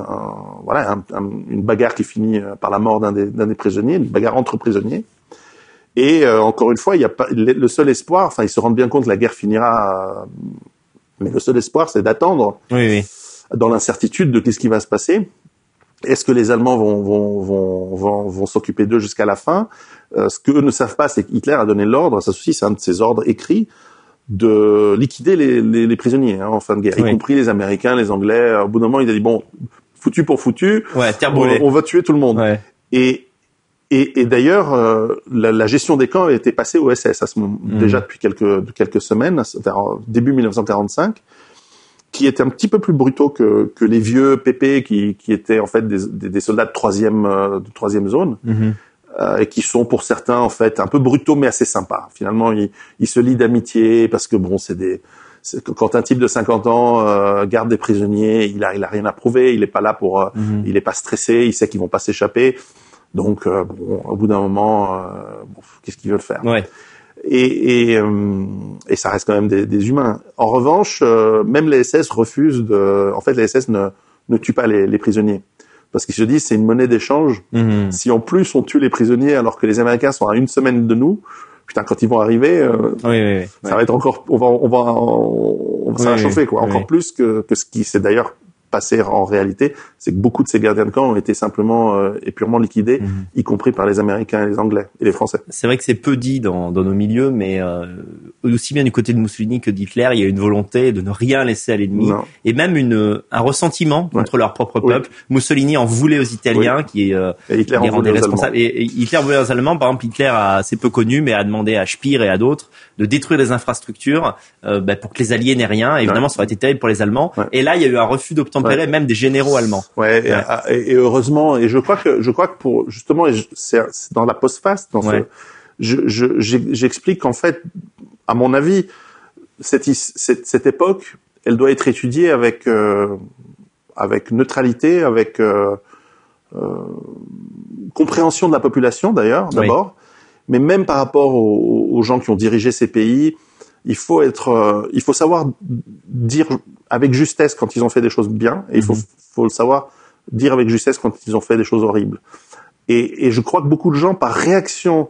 une bagarre qui finit par la mort d'un des prisonniers, une bagarre entre prisonniers. Et encore une fois, il y a pas le seul espoir. Enfin, ils se rendent bien compte que la guerre finira, mais le seul espoir, c'est d'attendre dans l'incertitude de qu'est-ce qui va se passer. Est-ce que les Allemands vont s'occuper d'eux jusqu'à la fin? Ce qu'eux ne savent pas, c'est qu'Hitler a donné l'ordre. Ça aussi, c'est un de ses ordres écrits de liquider les prisonniers en fin de guerre, y compris les Américains, les Anglais. Au bout d'un moment, il a dit bon, foutu pour foutu, on va tuer tout le monde. Et d'ailleurs, la gestion des camps a été passée au SS à ce moment, déjà depuis quelques semaines, vers début 1945, qui étaient un petit peu plus brutaux que les vieux PP qui étaient en fait des soldats de troisième zone, et qui sont pour certains en fait un peu brutaux mais assez sympas. Finalement, ils se lient d'amitié parce que bon, quand un type de 50 ans garde des prisonniers, il a rien à prouver, il est pas là pour, il est pas stressé, il sait qu'ils vont pas s'échapper. Donc, au bout d'un moment, qu'est-ce qu'ils veulent faire? Et ça reste quand même des humains. En revanche, même les SS refusent en fait, les SS ne tuent pas les prisonniers. Parce qu'ils se disent, c'est une monnaie d'échange. Si en plus on tue les prisonniers alors que les Américains sont à une semaine de nous, putain, quand ils vont arriver, ça va être encore, ça va chauffer, quoi. Encore plus que ce qui, c'est d'ailleurs passé en réalité, c'est que beaucoup de ces gardiens de camp ont été simplement et purement liquidés, y compris par les Américains et les Anglais et les Français. C'est vrai que c'est peu dit dans nos milieux, mais aussi bien du côté de Mussolini que d'Hitler, il y a une volonté de ne rien laisser à l'ennemi, et même un ressentiment contre leur propre peuple. Mussolini en voulait aux Italiens, qui Hitler les rendaient responsables. Et Hitler voulait aux Allemands. Par exemple, Hitler a assez peu connu, mais a demandé à Speer et à d'autres de détruire les infrastructures pour que les Alliés n'aient rien. Évidemment, ça aurait été terrible pour les Allemands. Et là, il y a eu un refus d'obtempérer, même des généraux allemands. Et heureusement, et je crois que pour justement, c'est dans la postface, j'explique qu'en fait, à mon avis, cette époque, elle doit être étudiée avec neutralité, avec compréhension de la population d'ailleurs, d'abord, mais même par rapport aux gens qui ont dirigé ces pays, il faut savoir dire avec justesse quand ils ont fait des choses bien, et il faut le savoir dire avec justesse quand ils ont fait des choses horribles. Et je crois que beaucoup de gens, par réaction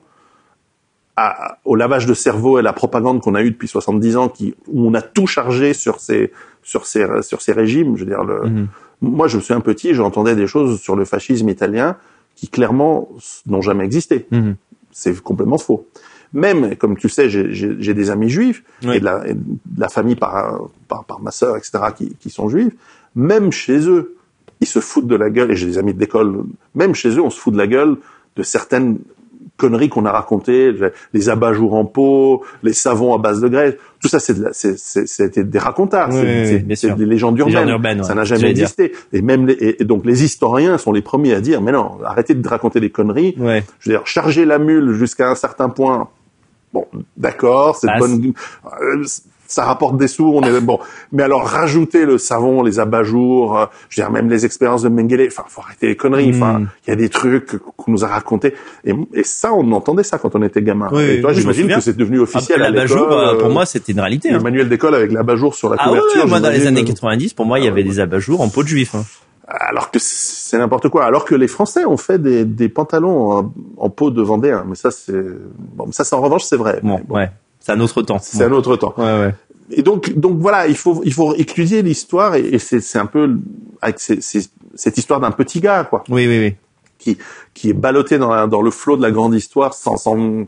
au lavage de cerveau et la propagande qu'on a eue depuis 70 ans, où on a tout chargé sur ces régimes, je veux dire, moi je me souviens petit, j'entendais des choses sur le fascisme italien qui clairement n'ont jamais existé. C'est complètement faux. Même, comme tu sais, j'ai des amis juifs et de la famille par ma sœur, etc., qui sont juifs. Même chez eux, ils se foutent de la gueule, et j'ai des amis d'école, même chez eux, on se fout de la gueule de certaines conneries qu'on a racontées, les abat-jours en pot, les savons à base de graisse, tout ça, c'était des racontards, c'est des légendes urbaines. Ça n'a jamais existé. Et même et donc les historiens sont les premiers à dire, mais non, arrêtez de raconter des conneries. Je veux dire, charger la mule jusqu'à un certain point. Bon, d'accord, c'est bonne. Ça rapporte des sous, on est bon. Mais alors rajouter le savon, les abat-jours, je veux dire même les expériences de Mengele. Enfin, faut arrêter les conneries. Enfin, il y a des trucs qu'on nous a racontés. Et ça, on entendait ça quand on était gamin. Et toi, j'imagine que c'est devenu officiel à l'école. Pour moi, c'était une réalité. Le manuel d'école avec l'abat-jour sur la couverture. Moi, dans les années 90, pour moi, il y avait des abat-jours en peau de juif. Alors que c'est n'importe quoi. Alors que les Français ont fait des pantalons en peau de Vendéen. Mais ça, ça en revanche, c'est vrai. C'est un autre temps. C'est un autre temps. Et donc voilà, il faut étudier l'histoire et c'est un peu avec cette histoire d'un petit gars, quoi. Oui. Qui est ballotté dans le flot de la grande histoire sans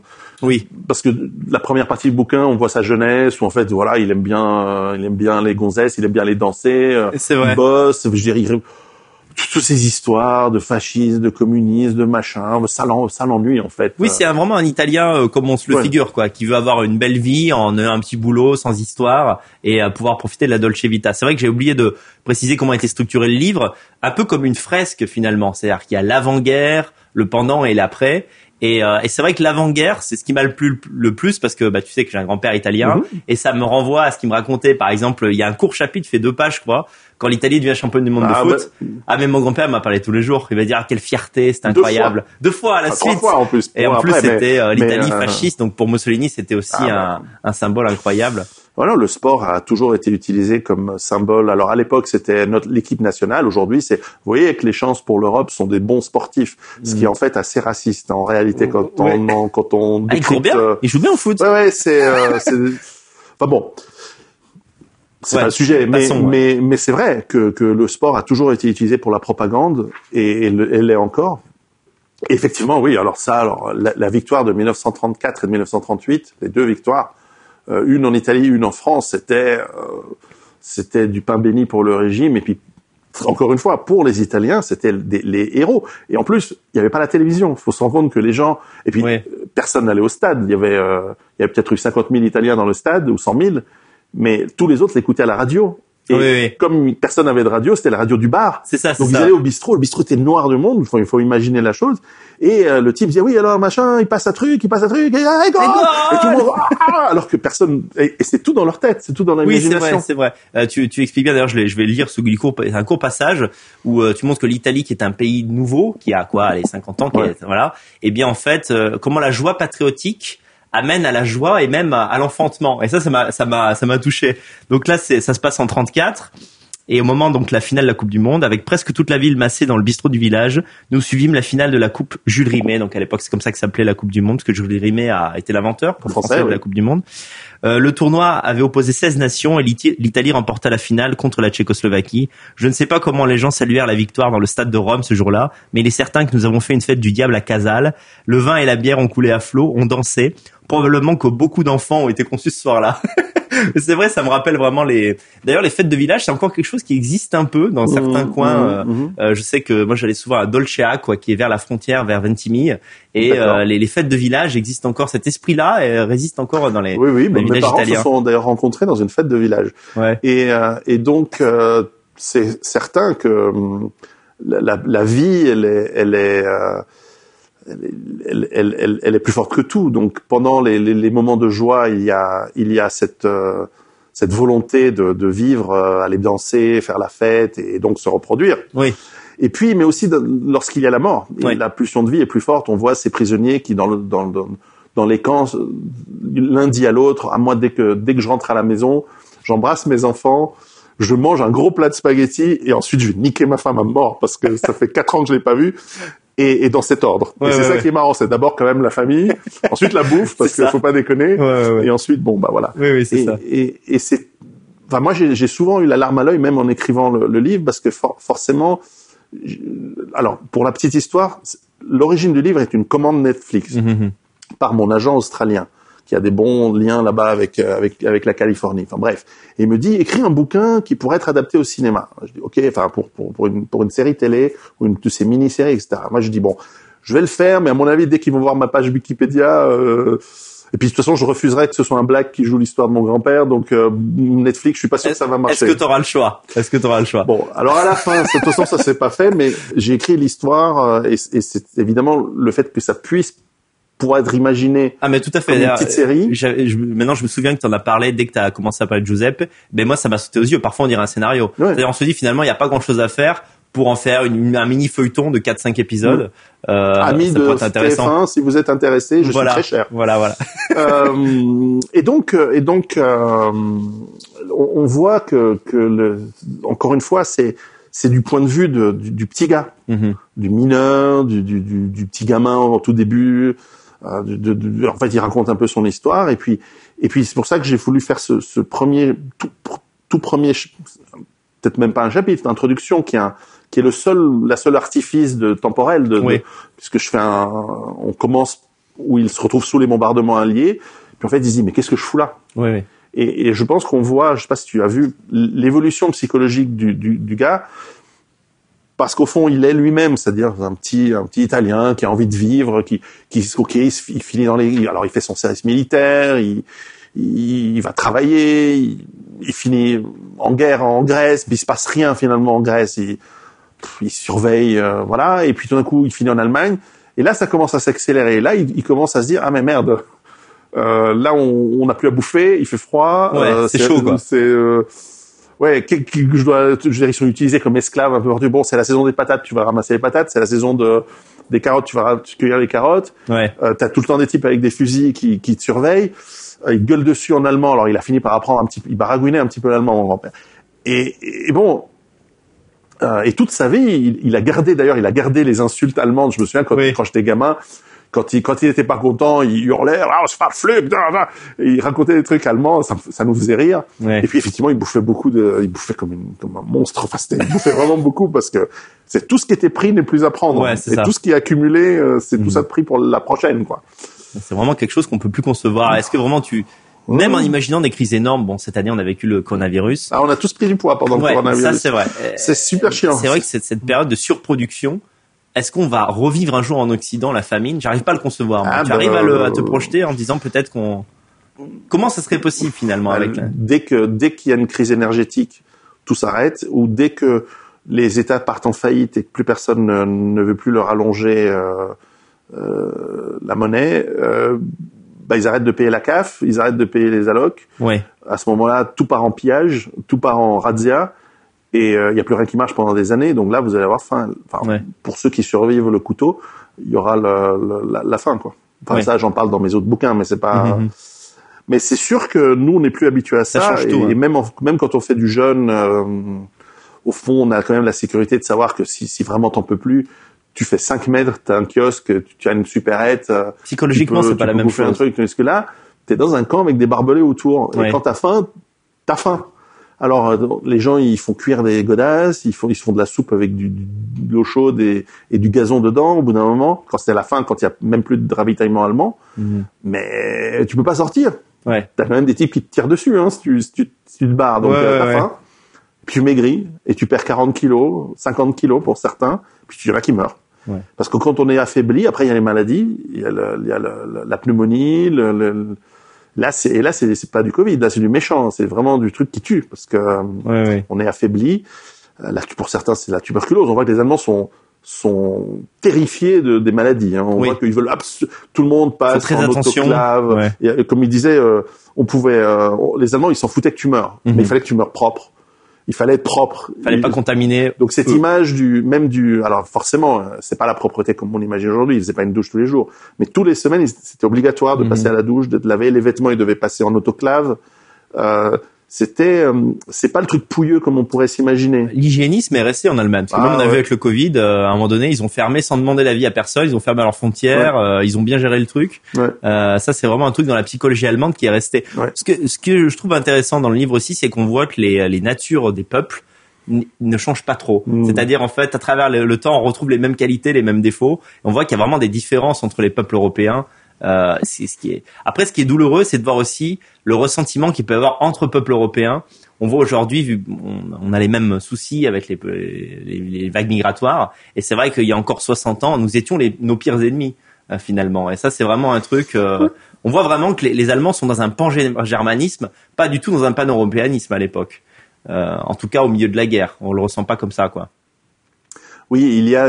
parce que la première partie du bouquin, on voit sa jeunesse où en fait voilà, il aime bien les gonzesses, il aime bien les danser, c'est vrai. Il bosse, je dirais toutes ces histoires de fascisme, de communisme, de machin, ça l'ennuie en fait. Oui, c'est vraiment un Italien comme on se le figure, quoi, qui veut avoir une belle vie en un petit boulot sans histoire et pouvoir profiter de la Dolce Vita. C'est vrai que j'ai oublié de préciser comment était structuré le livre, un peu comme une fresque finalement, c'est-à-dire qu'il y a l'avant-guerre, le pendant et l'après. Et c'est vrai que l'avant-guerre, c'est ce qui m'a le plus parce que tu sais que j'ai un grand-père italien et ça me renvoie à ce qu'il me racontait. Par exemple, il y a un court chapitre fait 2 pages, je crois, quand l'Italie devient championne du monde de foot. Même mon grand-père m'a parlé tous les jours. Il va dire quelle fierté, c'est incroyable. 2 fois à la suite. 3 fois en plus. Et en plus, c'était l'Italie fasciste. Donc pour Mussolini, c'était aussi un symbole incroyable. Voilà, le sport a toujours été utilisé comme symbole. Alors à l'époque, c'était l'équipe nationale. Aujourd'hui, vous voyez que les chances pour l'Europe sont des bons sportifs, ce qui est en fait assez raciste en réalité quand on il court bien, il joue bien au foot. C'est enfin bon. C'est pas le sujet, mais c'est vrai que le sport a toujours été utilisé pour la propagande et elle l'est encore. Et effectivement, oui. Alors la victoire de 1934 et de 1938, les 2 victoires. Une en Italie, une en France, c'était du pain béni pour le régime. Et puis, encore une fois, pour les Italiens, c'était les héros. Et en plus, il n'y avait pas la télévision. Il faut se rendre compte que les gens... Et puis, personne n'allait au stade. Il y avait peut-être eu 50 000 Italiens dans le stade, ou 100 000. Mais tous les autres l'écoutaient à la radio. Et comme personne n'avait de radio, c'était la radio du bar. C'est ça, donc ils allaient au bistrot. Le bistrot était noir de monde. Il faut imaginer la chose. Et le type disait oui, alors machin, il passe un truc. Et tout le monde alors que personne. Et c'est tout dans leur tête, c'est tout dans l'imagination. Oui, c'est vrai. Tu expliques bien. D'ailleurs, je vais lire un court passage où tu montres que l'Italie, qui est un pays nouveau, qui a les 50 ans, voilà. Et bien en fait, comment la joie patriotique amène à la joie et même à l'enfantement. Et ça m'a touché. Donc là, ça se passe en 34. Et au moment donc la finale de la Coupe du Monde, avec presque toute la ville massée dans le bistrot du village, nous suivîmes la finale de la Coupe Jules Rimet. Donc à l'époque, c'est comme ça que s'appelait la Coupe du Monde, parce que Jules Rimet a été l'inventeur français de la Coupe du Monde. Le tournoi avait opposé 16 nations et l'Italie remporta la finale contre la Tchécoslovaquie. Je ne sais pas comment les gens saluèrent la victoire dans le stade de Rome ce jour-là, mais il est certain que nous avons fait une fête du diable à Casales. Le vin et la bière ont coulé à flot, on dansait. Probablement que beaucoup d'enfants ont été conçus ce soir-là. C'est vrai, ça me rappelle vraiment d'ailleurs, les fêtes de village, c'est encore quelque chose qui existe un peu dans certains coins. Je sais que moi, j'allais souvent à Dolcea, qui est vers la frontière, vers Ventimille. Et les fêtes de village existent encore. Cet esprit-là résiste encore dans les villages italiens. Mes parents se sont d'ailleurs rencontrés dans une fête de village. Ouais. Et donc, c'est certain que la vie, elle est plus forte que tout. Donc pendant les moments de joie, il y a cette volonté de vivre, aller danser, faire la fête et donc se reproduire. Oui. Et puis, mais aussi lorsqu'il y a la mort, oui. La pulsion de vie est plus forte. On voit ces prisonniers qui dans les camps, l'un dit à l'autre, à moi dès que je rentre à la maison, j'embrasse mes enfants. Je mange un gros plat de spaghettis et ensuite je vais niquer ma femme à mort parce que ça fait 4 ans que je l'ai pas vue. Et dans cet ordre. Ouais, et c'est ça qui est marrant, c'est d'abord quand même la famille, ensuite la bouffe parce qu'il faut pas déconner, et ensuite bon bah voilà. Oui, c'est ça. Et c'est, enfin moi j'ai souvent eu la larme à l'œil même en écrivant le livre parce que forcément, alors pour la petite histoire, l'origine du livre est une commande Netflix par mon agent australien qui a des bons liens là-bas avec la Californie. Enfin bref, et il me dit écris un bouquin qui pourrait être adapté au cinéma. Je dis OK, enfin pour une série télé ou une de ces mini-séries, etc. Moi je dis bon, je vais le faire, mais à mon avis dès qu'ils vont voir ma page Wikipédia, et puis de toute façon je refuserais que ce soit un black qui joue l'histoire de mon grand-père, donc Netflix, je suis pas sûr que ça va marcher. Est-ce que t'auras le choix Bon, alors à la fin, de toute façon ça s'est pas fait, mais j'ai écrit l'histoire et c'est évidemment le fait que ça puisse pour être imaginé. Ah mais tout à fait. Comme une petite série. Maintenant je me souviens que tu en as parlé dès que tu as commencé à parler de Giuseppe. Mais moi ça m'a sauté aux yeux. Parfois on dirait un scénario. Ouais. C'est-à-dire on se dit finalement il y a pas grand-chose à faire pour en faire un mini feuilleton de 4-5 épisodes. Amis de TF1, si vous êtes intéressé, je suis très cher. Voilà. Et donc on voit que encore une fois c'est du point de vue du petit gars, du mineur, du petit gamin au tout début. En fait, il raconte un peu son histoire et puis c'est pour ça que j'ai voulu faire ce premier tout premier, peut-être même pas un chapitre, d'introduction qui est la seule artifice temporel puisque on commence où il se retrouve sous les bombardements alliés, puis en fait il se dit mais qu'est-ce que je fous là? Oui. Et je pense qu'on voit, je sais pas si tu as vu l'évolution psychologique du gars. Parce qu'au fond, il est lui-même, c'est-à-dire un petit Italien qui a envie de vivre, qui il finit alors il fait son service militaire, il va travailler, il finit en guerre en Grèce, puis il se passe rien finalement en Grèce, il surveille, voilà, et puis tout d'un coup, il finit en Allemagne, et là, ça commence à s'accélérer, et là, il commence à se dire, ah mais merde, là, on n'a plus à bouffer, il fait froid, c'est chaud, quoi. Ils sont utilisés comme esclaves un peu partout. Bon, c'est la saison des patates, tu vas ramasser les patates. C'est la saison des carottes, tu vas cueillir les carottes. Ouais. T'as tout le temps des types avec des fusils qui te surveillent. Ils gueulent dessus en allemand. Alors, il a fini par apprendre il baragouinait un petit peu l'allemand, mon grand-père. Et bon, et toute sa vie, il a gardé les insultes allemandes. Je me souviens quand j'étais gamin, quand il était pas content, il hurlait, il racontait des trucs allemands, ça nous faisait rire. Ouais. Et puis effectivement, il bouffait comme un monstre. Enfin, il bouffait vraiment beaucoup parce que c'est tout ce qui était pris n'est plus à prendre. Ouais, c'est et ça. Tout ce qui est accumulé, c'est tout ça de pris pour la prochaine, quoi. C'est vraiment quelque chose qu'on peut plus concevoir. Est-ce que vraiment même en imaginant des crises énormes, bon, cette année on a vécu le coronavirus. Ah, on a tous pris du poids pendant le coronavirus. Ça c'est vrai. C'est super chiant. C'est vrai que cette période de surproduction. Est-ce qu'on va revivre un jour en Occident la famine? J'arrive pas à le concevoir. Tu arrives à te projeter en disant peut-être comment ça serait possible finalement avec dès qu'il y a une crise énergétique, tout s'arrête, ou dès que les États partent en faillite et que plus personne ne veut plus leur allonger la monnaie, ils arrêtent de payer la CAF, ils arrêtent de payer les allocs. Ouais. À ce moment-là, tout part en pillage, tout part en razzia. Et il y a plus rien qui marche pendant des années, donc là vous allez avoir faim. Pour ceux qui survivent le couteau, il y aura la faim, quoi. Ça j'en parle dans mes autres bouquins, mais c'est pas. Mais c'est sûr que nous on n'est plus habitués à ça, et même quand on fait du jeûne, au fond, on a quand même la sécurité de savoir que si vraiment t'en peux plus, tu fais 5 mètres, t'as un kiosque, tu as une supérette. Psychologiquement, c'est pas la même chose. Un truc, parce que là, t'es dans un camp avec des barbelés autour. Et quand t'as faim, t'as faim. Alors, les gens, ils font cuire des godasses, ils font de la soupe avec de l'eau chaude et du gazon dedans, au bout d'un moment, quand c'est à la fin, quand il y a même plus de ravitaillement allemand. Mais tu peux pas sortir. Ouais. T'as quand même des types qui te tirent dessus, hein, si tu te barres. Donc, t'as faim. Puis tu maigris, et tu perds 40 kilos, 50 kilos pour certains, puis il y en a qui meurent. Ouais. Parce que quand on est affaibli, après il y a les maladies, il y a la pneumonie, là c'est pas du Covid, là c'est du méchant, c'est vraiment du truc qui tue, parce que on est affaibli. Là, pour certains, c'est la tuberculose. On voit que les Allemands sont terrifiés des maladies. Hein. On voit qu'ils veulent tout le monde passe en autoclave. Ouais. Et, comme il disait, les Allemands ils s'en foutaient que tu meurs, mais il fallait que tu meurs propre. Il fallait être propre. Il fallait pas contaminer. Donc cette image alors forcément, c'est pas la propreté comme on imagine aujourd'hui. Ils faisaient pas une douche tous les jours, mais tous les semaines, c'était obligatoire de passer à la douche, de laver les vêtements. Ils devaient passer en autoclave. C'est pas le truc pouilleux comme on pourrait s'imaginer. L'hygiénisme est resté en Allemagne. Parce que même on a vu avec le Covid, à un moment donné, ils ont fermé sans demander l'avis à personne. Ils ont fermé leurs frontières. Ils ont bien géré le truc. Ça, c'est vraiment un truc dans la psychologie allemande qui est resté. Ce que je trouve intéressant dans le livre aussi, c'est qu'on voit que les natures des peuples ne changent pas trop. C'est-à-dire, en fait, à travers le temps, on retrouve les mêmes qualités, les mêmes défauts. On voit qu'il y a vraiment des différences entre les peuples européens. C'est ce qui est. Après, ce qui est douloureux, c'est de voir aussi le ressentiment qu'il peut y avoir entre peuples européens. On voit aujourd'hui, on a les mêmes soucis avec les vagues migratoires, et c'est vrai qu'il y a encore 60 ans, nous étions nos pires ennemis finalement. Et ça, c'est vraiment un truc. On voit vraiment que les Allemands sont dans un pan-germanisme, pas du tout dans un pan-européanisme à l'époque. En tout cas, au milieu de la guerre, on le ressent pas comme ça, quoi. Oui, il y a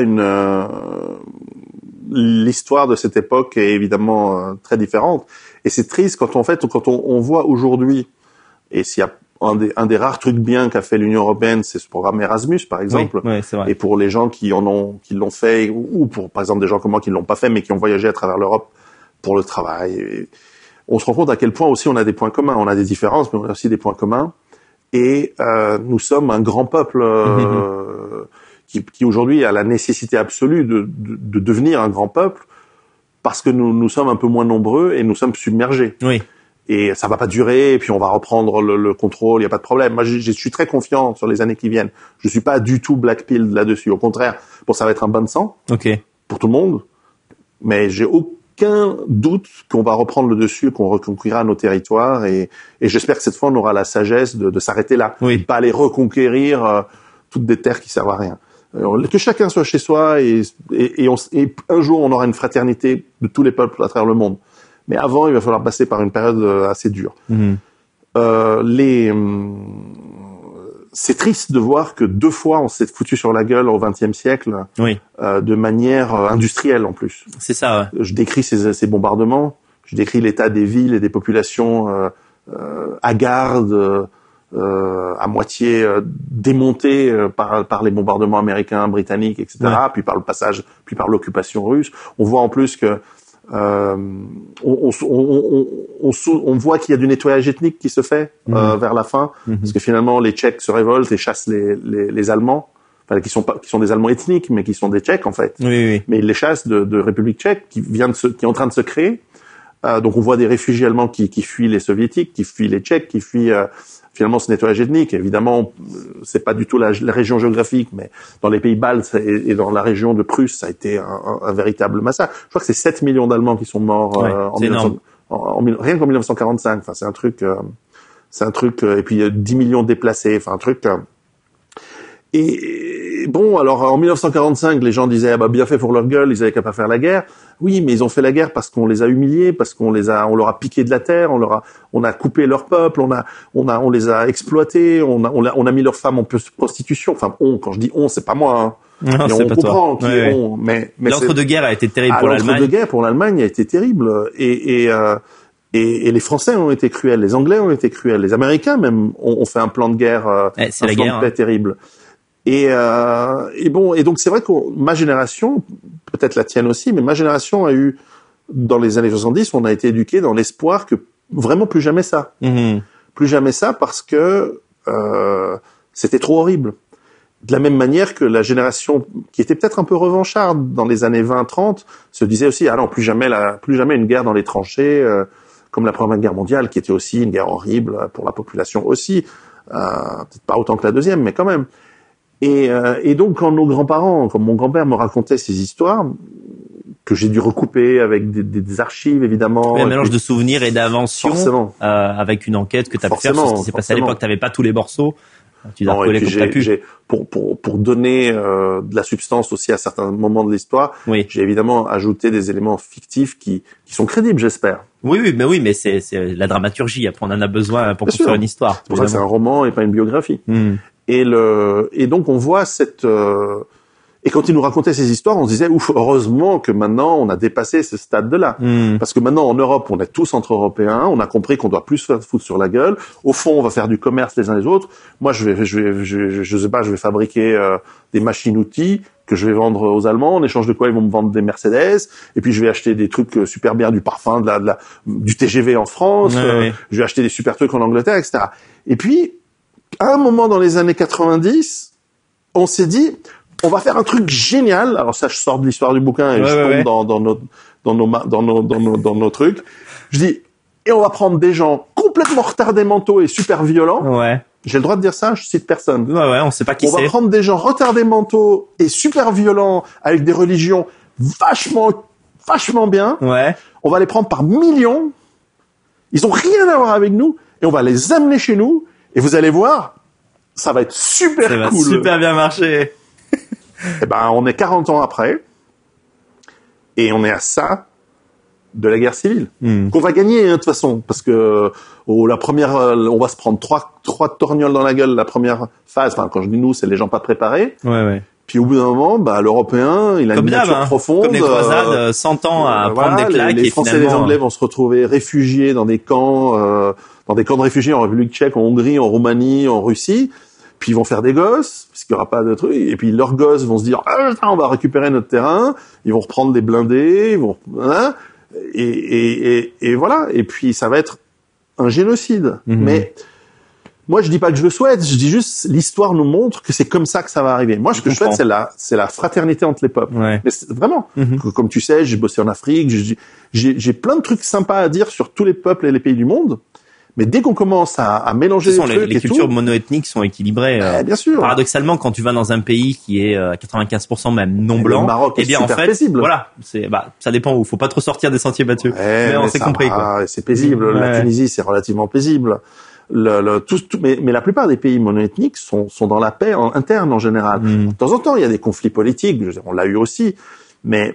l'histoire de cette époque est évidemment très différente, et c'est triste quand on voit aujourd'hui, et s'il y a un des rares trucs bien qu'a fait l'Union européenne, c'est ce programme Erasmus par exemple. Oui, c'est vrai. Et pour les gens qui l'ont fait, ou pour par exemple des gens comme moi qui l'ont pas fait mais qui ont voyagé à travers l'Europe pour le travail, et on se rend compte à quel point aussi on a des points communs. On a des différences, mais on a aussi des points communs, et nous sommes un grand peuple qui aujourd'hui a la nécessité absolue de devenir un grand peuple, parce que nous sommes un peu moins nombreux et nous sommes submergés. Oui. Et ça va pas durer, et puis on va reprendre le contrôle, il y a pas de problème. Moi, je suis très confiant sur les années qui viennent. Je suis pas du tout black-pilled là-dessus. Au contraire, ça va être un bain de sang. Pour tout le monde. Mais j'ai aucun doute qu'on va reprendre le dessus, qu'on reconquérira nos territoires, et j'espère que cette fois on aura la sagesse de s'arrêter là. Pas aller reconquérir toutes des terres qui servent à rien. Que chacun soit chez soi, et un jour on aura une fraternité de tous les peuples à travers le monde. Mais avant, il va falloir passer par une période assez dure. C'est triste de voir que 2 fois on s'est foutu sur la gueule au XXe siècle, de manière industrielle en plus. C'est ça. Ouais. Je décris ces bombardements, je décris l'état des villes et des populations hagardes, à moitié démontées par les bombardements américains, britanniques, etc. Puis par l'occupation russe. On voit en plus que on voit qu'il y a du nettoyage ethnique qui se fait vers la fin, parce que finalement les Tchèques se révoltent et chassent les Allemands, qui sont des Allemands ethniques, mais qui sont des Tchèques en fait. Mais ils les chassent de République tchèque qui est en train de se créer. Donc on voit des réfugiés allemands qui fuient les soviétiques, qui fuient les Tchèques, qui fuient finalement ce nettoyage ethnique. Évidemment, c'est pas du tout la région géographique, mais dans les pays baltes et dans la région de Prusse, ça a été un véritable massacre. Je crois que c'est 7 millions d'Allemands qui sont morts rien qu'en 1945. Enfin, c'est un truc, et puis 10 millions de déplacés. Enfin, un truc. Et bon, alors en 1945, les gens disaient bien fait pour leur gueule, ils avaient qu'à pas faire la guerre. Oui, mais ils ont fait la guerre parce qu'on les a humiliés, parce qu'on leur a piqué de la terre, on a coupé leur peuple, on les a exploités, on a mis leurs femmes en prostitution. Enfin, quand je dis c'est pas moi. Hein. Non, et c'est on pas comprend toi. qui est on, mais l'entre-deux-guerres a été terrible pour l'Allemagne. L'entre-deux-guerres pour l'Allemagne a été terrible, et les Français ont été cruels, les Anglais ont été cruels, les Américains même ont fait un plan de guerre, c'est la guerre, de paix terrible. Et donc c'est vrai que ma génération, peut-être la tienne aussi, mais ma génération a eu, dans les années 70, on a été éduqué dans l'espoir que vraiment plus jamais ça. Plus jamais ça, parce que c'était trop horrible. de la même manière que la génération qui était peut-être un peu revancharde dans les années 20-30 se disait aussi ah non plus jamais une guerre dans les tranchées comme la Première Guerre mondiale qui était aussi une guerre horrible pour la population aussi, peut-être pas autant que la deuxième mais quand même. Et donc quand nos grands-parents, comme mon grand-père me racontait ces histoires que j'ai dû recouper avec des archives évidemment, un mélange de souvenirs et d'inventions avec une enquête que tu as pu faire sur ce qui s'est passé à l'époque, tu n'avais pas tous les morceaux. Tu dois recoller comme tu as pu. Pour donner de la substance aussi à certains moments de l'histoire, j'ai évidemment ajouté des éléments fictifs qui sont crédibles, j'espère. Oui, mais c'est la dramaturgie. Après, on en a besoin pour construire une histoire. C'est pour ça que c'est un roman et pas une biographie. Et donc on voit cette et quand il nous racontait ces histoires, on se disait ouf, heureusement que maintenant on a dépassé ce stade-là. Parce que maintenant en Europe, on est tous entre Européens, on a compris qu'on doit plus se faire foutre sur la gueule. Au fond, on va faire du commerce les uns les autres. Moi, je sais pas, je vais fabriquer des machines-outils que je vais vendre aux Allemands, en échange de quoi ils vont me vendre des Mercedes, et puis je vais acheter des trucs super bien, du parfum, du TGV en France, je vais acheter des super trucs en Angleterre, etc. Et puis, à un moment dans les années 90, on s'est dit, on va faire un truc génial. Alors ça, je sors de l'histoire du bouquin et je tombe dans nos trucs. Je dis, et on va prendre des gens complètement retardés mentaux et super violents. Ouais. J'ai le droit de dire ça, je cite personne. On sait pas qui c'est. On va prendre des gens retardés mentaux et super violents avec des religions vachement bien. Ouais. On va les prendre par millions. Ils ont rien à voir avec nous et on va les amener chez nous et vous allez voir, ça va être super cool. Ça va super bien marcher. Eh ben, on est 40 ans après et on est à ça de la guerre civile qu'on va gagner de toute façon parce que la première on va se prendre trois torgnoles dans la gueule la première phase. Enfin, quand je dis nous, c'est les gens pas préparés. Puis au bout d'un moment, l'Européen, il a une nature profonde. Comme les croisades, 100 ans à prendre des claques. Les Français et les Anglais vont se retrouver réfugiés dans des camps de réfugiés en République tchèque, en Hongrie, en Roumanie, en Russie. Puis ils vont faire des gosses, parce qu'il y aura pas de trucs. Et puis leurs gosses vont se dire, on va récupérer notre terrain. Ils vont reprendre des blindés, et voilà. Et puis ça va être un génocide. Mais moi, je dis pas que je le souhaite. Je dis juste, l'histoire nous montre que c'est comme ça que ça va arriver. Moi, ce que je souhaite, c'est la fraternité entre les peuples. Mais vraiment. Comme tu sais, j'ai bossé en Afrique. J'ai plein de trucs sympas à dire sur tous les peuples et les pays du monde. Mais dès qu'on commence à mélanger les cultures monoethniques sont équilibrées. Bien sûr. Paradoxalement, quand tu vas dans un pays qui est 95% même non blanc, le Maroc est super paisible. Voilà, ça dépend où. Faut pas trop sortir des sentiers battus. Mais on s'est compris. C'est paisible. La Tunisie, c'est relativement paisible. Mais la plupart des pays monoethniques sont dans la paix interne en général. De temps en temps, il y a des conflits politiques. On l'a eu aussi, mais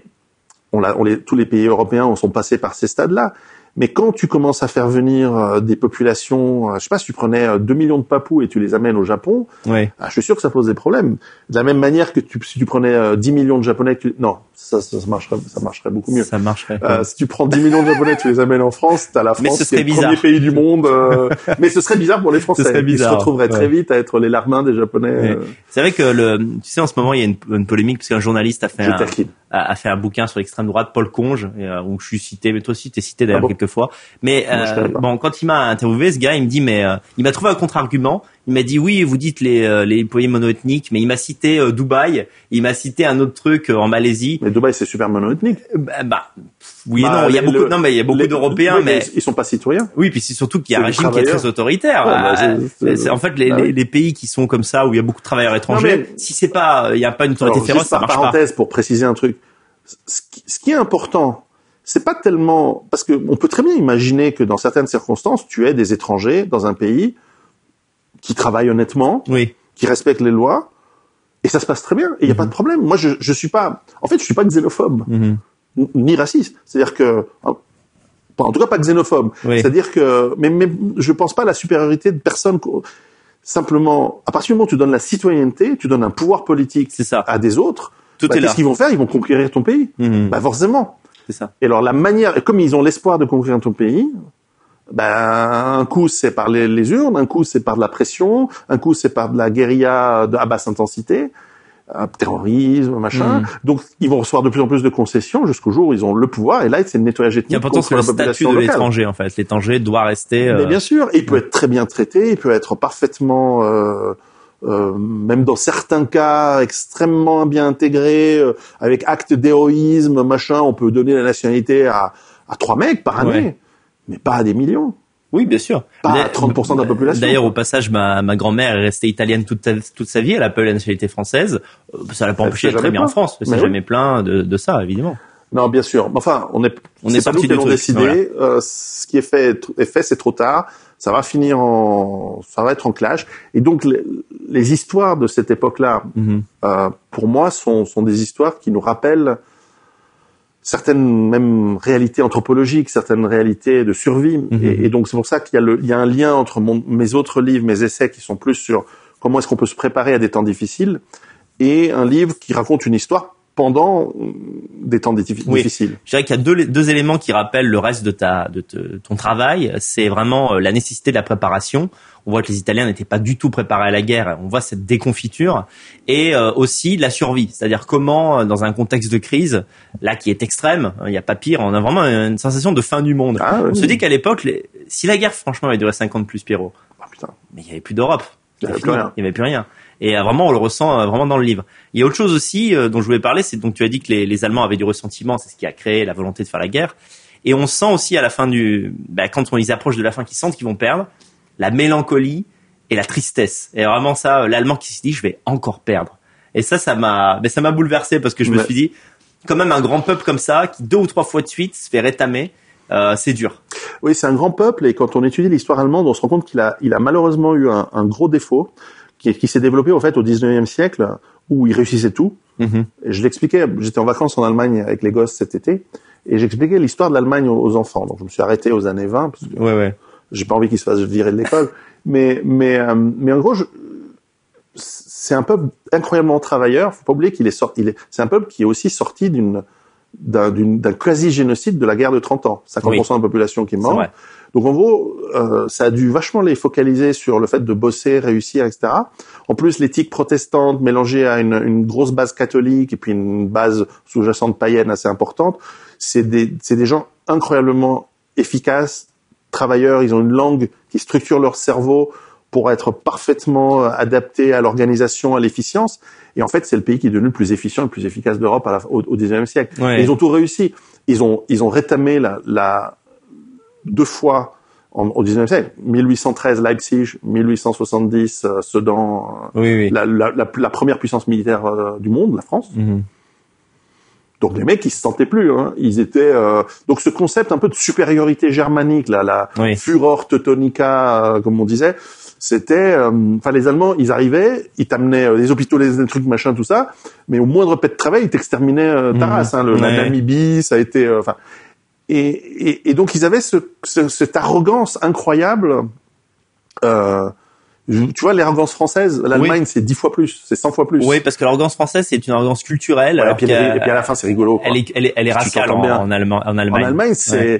tous les pays européens sont passés par ces stades-là. Mais quand tu commences à faire venir des populations, je sais pas, si tu prenais 2 millions de Papous et tu les amènes au Japon, je suis sûr que ça pose des problèmes. De la même manière que si tu prenais 10 millions de Japonais, ça marcherait beaucoup mieux. Ça marcherait. Si tu prends 10 millions de Japonais, tu les amènes en France, t'as la France qui est le premier pays du monde. Mais ce serait bizarre pour les Français. Ils se retrouveraient très vite à être les larbins des Japonais. C'est vrai que tu sais, en ce moment, il y a une polémique parce qu'un journaliste a fait un bouquin sur l'extrême droite, Paul Conge, où je suis cité, mais toi aussi t'es cité d'ailleurs quelques fois. Mais quand il m'a interviewé, ce gars, il me dit, il m'a trouvé un contre-argument. Il m'a dit oui, vous dites les pays monoethniques, mais il m'a cité Dubaï, il m'a cité un autre truc en Malaisie. Mais Dubaï, c'est super monoethnique. Oui et non, il y a beaucoup d'Européens, mais ils sont pas citoyens. Oui, puis c'est surtout qu'il y a un régime qui est très autoritaire. C'est en fait les pays qui sont comme ça où il y a beaucoup de travailleurs étrangers. Si c'est pas, il y a pas une autorité féroce, ça marche pas. Parenthèse pour préciser un truc. Ce qui est important, c'est pas tellement parce que on peut très bien imaginer que dans certaines circonstances, tu aies des étrangers dans un pays qui travaillent honnêtement, qui respectent les lois, et ça se passe très bien, et il y a pas de problème. Moi, je suis pas xénophobe, ni raciste. C'est-à-dire que, en tout cas pas xénophobe. C'est-à-dire que, mais je pense pas à la supériorité de personne. Simplement, à partir du moment où tu donnes la citoyenneté, tu donnes un pouvoir politique à des autres, qu'est-ce qu'ils vont faire? Ils vont conquérir ton pays. Forcément. C'est ça. Et alors la manière, comme ils ont l'espoir de conquérir ton pays, un coup c'est par les urnes, un coup c'est par de la pression, un coup c'est par de la guérilla à basse intensité, terrorisme, machin. Donc ils vont recevoir de plus en plus de concessions jusqu'au jour où ils ont le pouvoir. Et là c'est le nettoyage ethnique contre la population locale. Le statut de l'étranger en fait. L'étranger doit rester. Mais bien sûr, et il peut être très bien traité, il peut être parfaitement même dans certains cas extrêmement bien intégrés, avec acte d'héroïsme, machin, on peut donner la nationalité à 3 mecs par année, mais pas à des millions. Oui, bien sûr. Pas à 30% de la population. D'ailleurs, au passage, ma grand-mère est restée italienne toute sa vie. Elle a pas eu la nationalité française. Ça l'a pas empêché d'être très bien en France. C'est jamais plein de ça, évidemment. Non, bien sûr. Enfin, on est pas nous qui l'ont décidé. Voilà. Ce qui est fait, c'est trop tard. Ça va être en clash. Et donc, les histoires de cette époque-là, pour moi, sont des histoires qui nous rappellent certaines même réalités anthropologiques, certaines réalités de survie. Et donc, c'est pour ça qu'il y a un lien entre mes autres livres, mes essais qui sont plus sur comment est-ce qu'on peut se préparer à des temps difficiles, et un livre qui raconte une histoire pendant des temps difficiles. Je dirais qu'il y a deux éléments qui rappellent le reste de ton travail. C'est vraiment la nécessité de la préparation. On voit que les Italiens n'étaient pas du tout préparés à la guerre. On voit cette déconfiture. Et aussi la survie. C'est-à-dire comment, dans un contexte de crise, là qui est extrême, il n'y a pas pire, on a vraiment une sensation de fin du monde. On se dit qu'à l'époque, si la guerre franchement avait duré 50 plus, Pierrot, mais il n'y avait plus d'Europe. Il n'y avait plus rien. Et vraiment, on le ressent vraiment dans le livre. Il y a autre chose aussi dont je voulais parler, c'est donc tu as dit que les Allemands avaient du ressentiment, c'est ce qui a créé la volonté de faire la guerre. Et on sent aussi à la fin quand ils approchent de la fin, qu'ils sentent qu'ils vont perdre, la mélancolie et la tristesse. Et vraiment ça, l'Allemand qui se dit, je vais encore perdre. Et ça m'a bouleversé parce que je me suis dit, quand même un grand peuple comme ça, qui 2 ou 3 fois de suite se fait rétamer, c'est dur. Oui, c'est un grand peuple, et quand on étudie l'histoire allemande, on se rend compte qu'il a malheureusement eu un gros défaut, qui s'est développé au fait au 19e siècle, où il réussissait tout. Et je l'expliquais, j'étais en vacances en Allemagne avec les gosses cet été, et j'expliquais l'histoire de l'Allemagne aux enfants. Donc je me suis arrêté aux années 20, parce que j'ai pas envie qu'ils se fassent virer de l'école. Mais en gros, c'est un peuple incroyablement travailleur. Faut pas oublier c'est un peuple qui est aussi sorti d'un quasi-génocide de la guerre de 30 ans. 50% de la population qui est morte. Donc en gros, ça a dû vachement les focaliser sur le fait de bosser, réussir, etc. En plus, l'éthique protestante mélangée à une grosse base catholique et puis une base sous-jacente païenne assez importante, c'est des gens incroyablement efficaces, travailleurs. Ils ont une langue qui structure leur cerveau pour être parfaitement adapté à l'organisation, à l'efficience. Et en fait, c'est le pays qui est devenu le plus efficient, le plus efficace d'Europe au 19e siècle. Et ils ont tout réussi. Ils ont rétamé 2 fois au 19e siècle. 1813, Leipzig, 1870, Sedan, la première puissance militaire du monde, la France. Donc les mecs, ils se sentaient plus. Ils étaient donc ce concept un peu de supériorité germanique, la Furor Teutonica, comme on disait, c'était, les Allemands, ils arrivaient, ils t'amenaient les hôpitaux, les trucs, machin, tout ça, mais au moindre pet de travail, ils t'exterminaient ta race. La Namibie, ça a été, et donc ils avaient cette arrogance incroyable. Tu vois, l'arrogance française, l'Allemagne, c'est 10 fois plus, c'est 100 fois plus. Oui, parce que l'arrogance française, c'est une arrogance culturelle. Et puis à la fin, c'est rigolo, quoi. Elle est raciale en Allemagne. En Allemagne, c'est.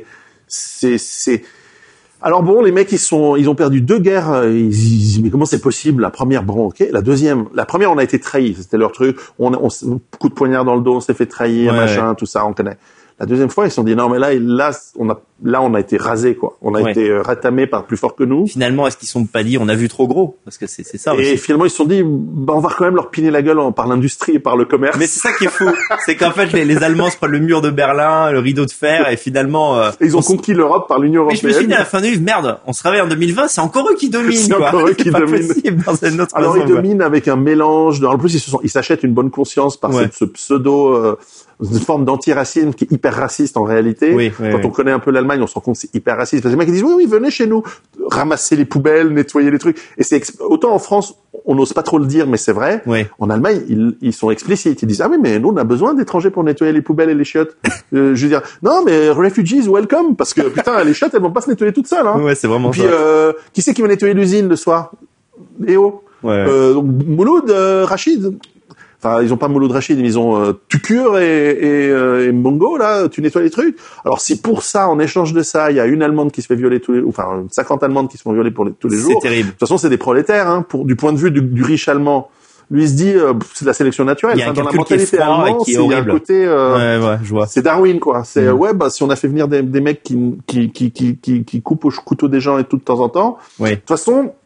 Alors bon, les mecs, ils ont perdu 2 guerres. Ils disent, mais comment c'est possible? La première, bon, ok. La première, on a été trahis. C'était leur truc. On coup de poignard dans le dos, on s'est fait trahir, machin, tout ça, on connaît. La deuxième fois, ils se sont dit non, mais là, on a été rasé, quoi. On a été ratamé par plus fort que nous. Finalement, est-ce qu'ils sont pas dit on a vu trop gros? Parce que c'est ça aussi. Et finalement, ils se sont dit on va quand même leur piner la gueule par l'industrie et par le commerce. Mais c'est ça qui est fou, c'est qu'en fait les Allemands se prennent le mur de Berlin, le rideau de fer, et finalement ils ont conquis l'Europe par l'Union européenne. Mais je me suis dit à la fin du livre, merde, on se réveille en 2020, c'est encore eux qui dominent. C'est encore eux qui dominent. Alors ils dominent avec un mélange. En plus, ils s'achètent une bonne conscience par ce pseudo. Une forme d'antiracisme qui est hyper raciste en réalité. Quand on connaît un peu l'Allemagne, on se rend compte que c'est hyper raciste. Parce que les mecs ils disent oui, venez chez nous, ramasser les poubelles, nettoyer les trucs. Et c'est autant en France, on n'ose pas trop le dire, mais c'est vrai. En Allemagne, ils sont explicites. Ils disent ah oui, mais nous on a besoin d'étrangers pour nettoyer les poubelles et les chiottes. Je veux dire non, mais refugees welcome, parce que putain les chiottes elles vont pas se nettoyer toutes seules. Ouais, c'est vraiment. Puis qui c'est qui va nettoyer l'usine le soir? Léo. Donc Mouloud, Rachid. Enfin, ils ont pas Mouloud Rachid, mais ils ont Tukur et Mongo, là, tu nettoies les trucs. Alors, si pour ça, en échange de ça, il y a une Allemande qui se fait violer 50 Allemandes qui se font violer tous les jours. C'est terrible. De toute façon, c'est des prolétaires, du point de vue du riche allemand. Lui, il se dit, c'est de la sélection naturelle. Il y a un dans la mentalité allemande, il y a un côté, je vois. C'est Darwin, quoi. C'est, si on a fait venir des mecs qui coupent au couteau des gens et tout de temps en temps. De toute façon,